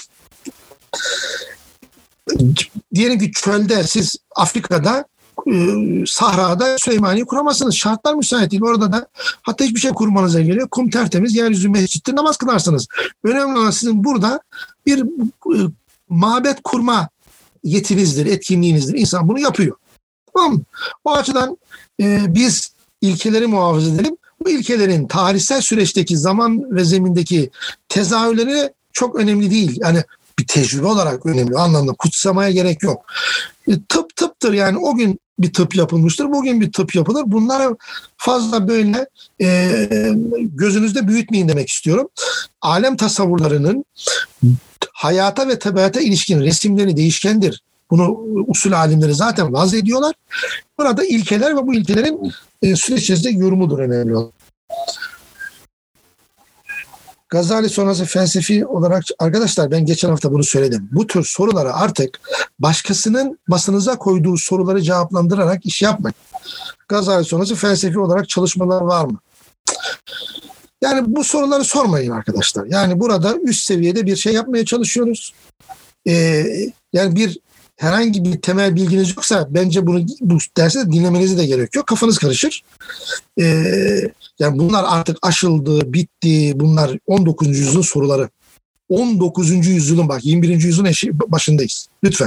diyelim ki çölde, siz Afrika'da e, sahrada Süleymaniye kuramazsınız. Şartlar müsait değil. Orada da hatta hiçbir şey kurmanıza geliyor. Kum tertemiz, yeryüzü mescittir, namaz kılarsınız. Önemli olan sizin burada bir e, mabet kurma yetinizdir, etkinliğinizdir. İnsan bunu yapıyor. Tamam mı? O açıdan e, biz ilkeleri muhafaza edelim. Bu ilkelerin tarihsel süreçteki zaman ve zemindeki tezahürleri çok önemli değil. Yani bir tecrübe olarak önemli. O anlamda kutsamaya gerek yok. E, tıp tıptır yani, o gün bir tıp yapılmıştır, bugün bir tıp yapılır. Bunları fazla böyle e, gözünüzde büyütmeyin demek istiyorum. Alem tasavvurlarının hayata ve tabiata ilişkin resimleri değişkendir. Bunu usul alimleri zaten vaz ediyorlar. Burada ilkeler ve bu ilkelerin e, süreç içerisinde yorumudur önemli olan. Gazali sonrası felsefi olarak, arkadaşlar ben geçen hafta bunu söyledim. Bu tür soruları artık başkasının masanıza koyduğu soruları cevaplandırarak iş yapmayın. Gazali sonrası felsefi olarak çalışmalar var mı? Yani bu soruları sormayın arkadaşlar. Yani burada üst seviyede bir şey yapmaya çalışıyoruz. Ee, yani bir herhangi bir temel bilginiz yoksa bence bunu bu dersi de dinlemenize de gerek yok. Kafanız karışır. Ee, yani bunlar artık aşıldı, bitti. Bunlar on dokuzuncu yüzyılın soruları. on dokuzuncu yüzyılın, bak yirmi birinci yüzyılın eşi, başındayız. Lütfen.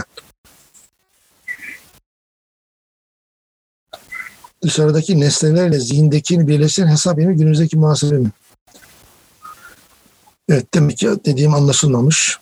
Dışarıdaki nesnelerle zihindekini birleştiren hesap ilmi günümüzdeki muhasebe mi? Evet, demek ki dediğim anlaşılmamış.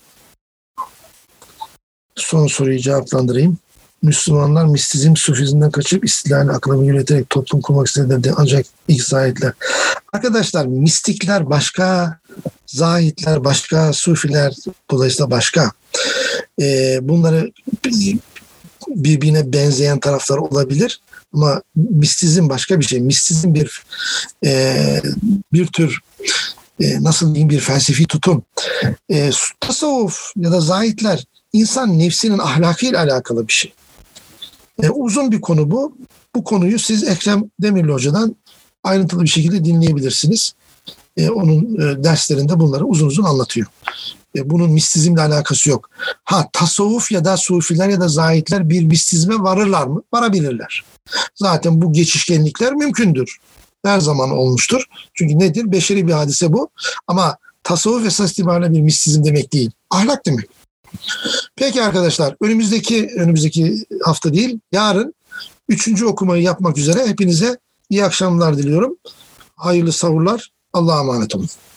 Son soruyu cevaplandırayım. Müslümanlar mistizm, sufizmden kaçıp istilali akılımı yöneterek toplum kurmak istediler ancak ilk zahitler. Arkadaşlar mistikler başka, zahitler başka, sufiler dolayısıyla başka. Ee, bunları birbirine benzeyen taraflar olabilir ama mistizm başka bir şey. Mistizm bir e, bir tür e, nasıl diyeyim bir felsefi tutum. E, tasavvuf ya da zahitler İnsan nefsinin ahlakıyla alakalı bir şey. E, uzun bir konu bu. Bu konuyu siz Ekrem Demirli Hoca'dan ayrıntılı bir şekilde dinleyebilirsiniz. E, onun e, derslerinde bunları uzun uzun anlatıyor. E, bunun mistizmle alakası yok. Ha, tasavvuf ya da sufiler ya da zahitler bir mistizme varırlar mı? Varabilirler. Zaten bu geçişkenlikler mümkündür. Her zaman olmuştur. Çünkü nedir? Beşeri bir hadise bu. Ama tasavvuf esas itibariyle bir mistizm demek değil. Ahlak demek. Peki arkadaşlar, önümüzdeki önümüzdeki hafta değil, yarın üçüncü okumayı yapmak üzere hepinize iyi akşamlar diliyorum. Hayırlı sahurlar. Allah'a emanet olun.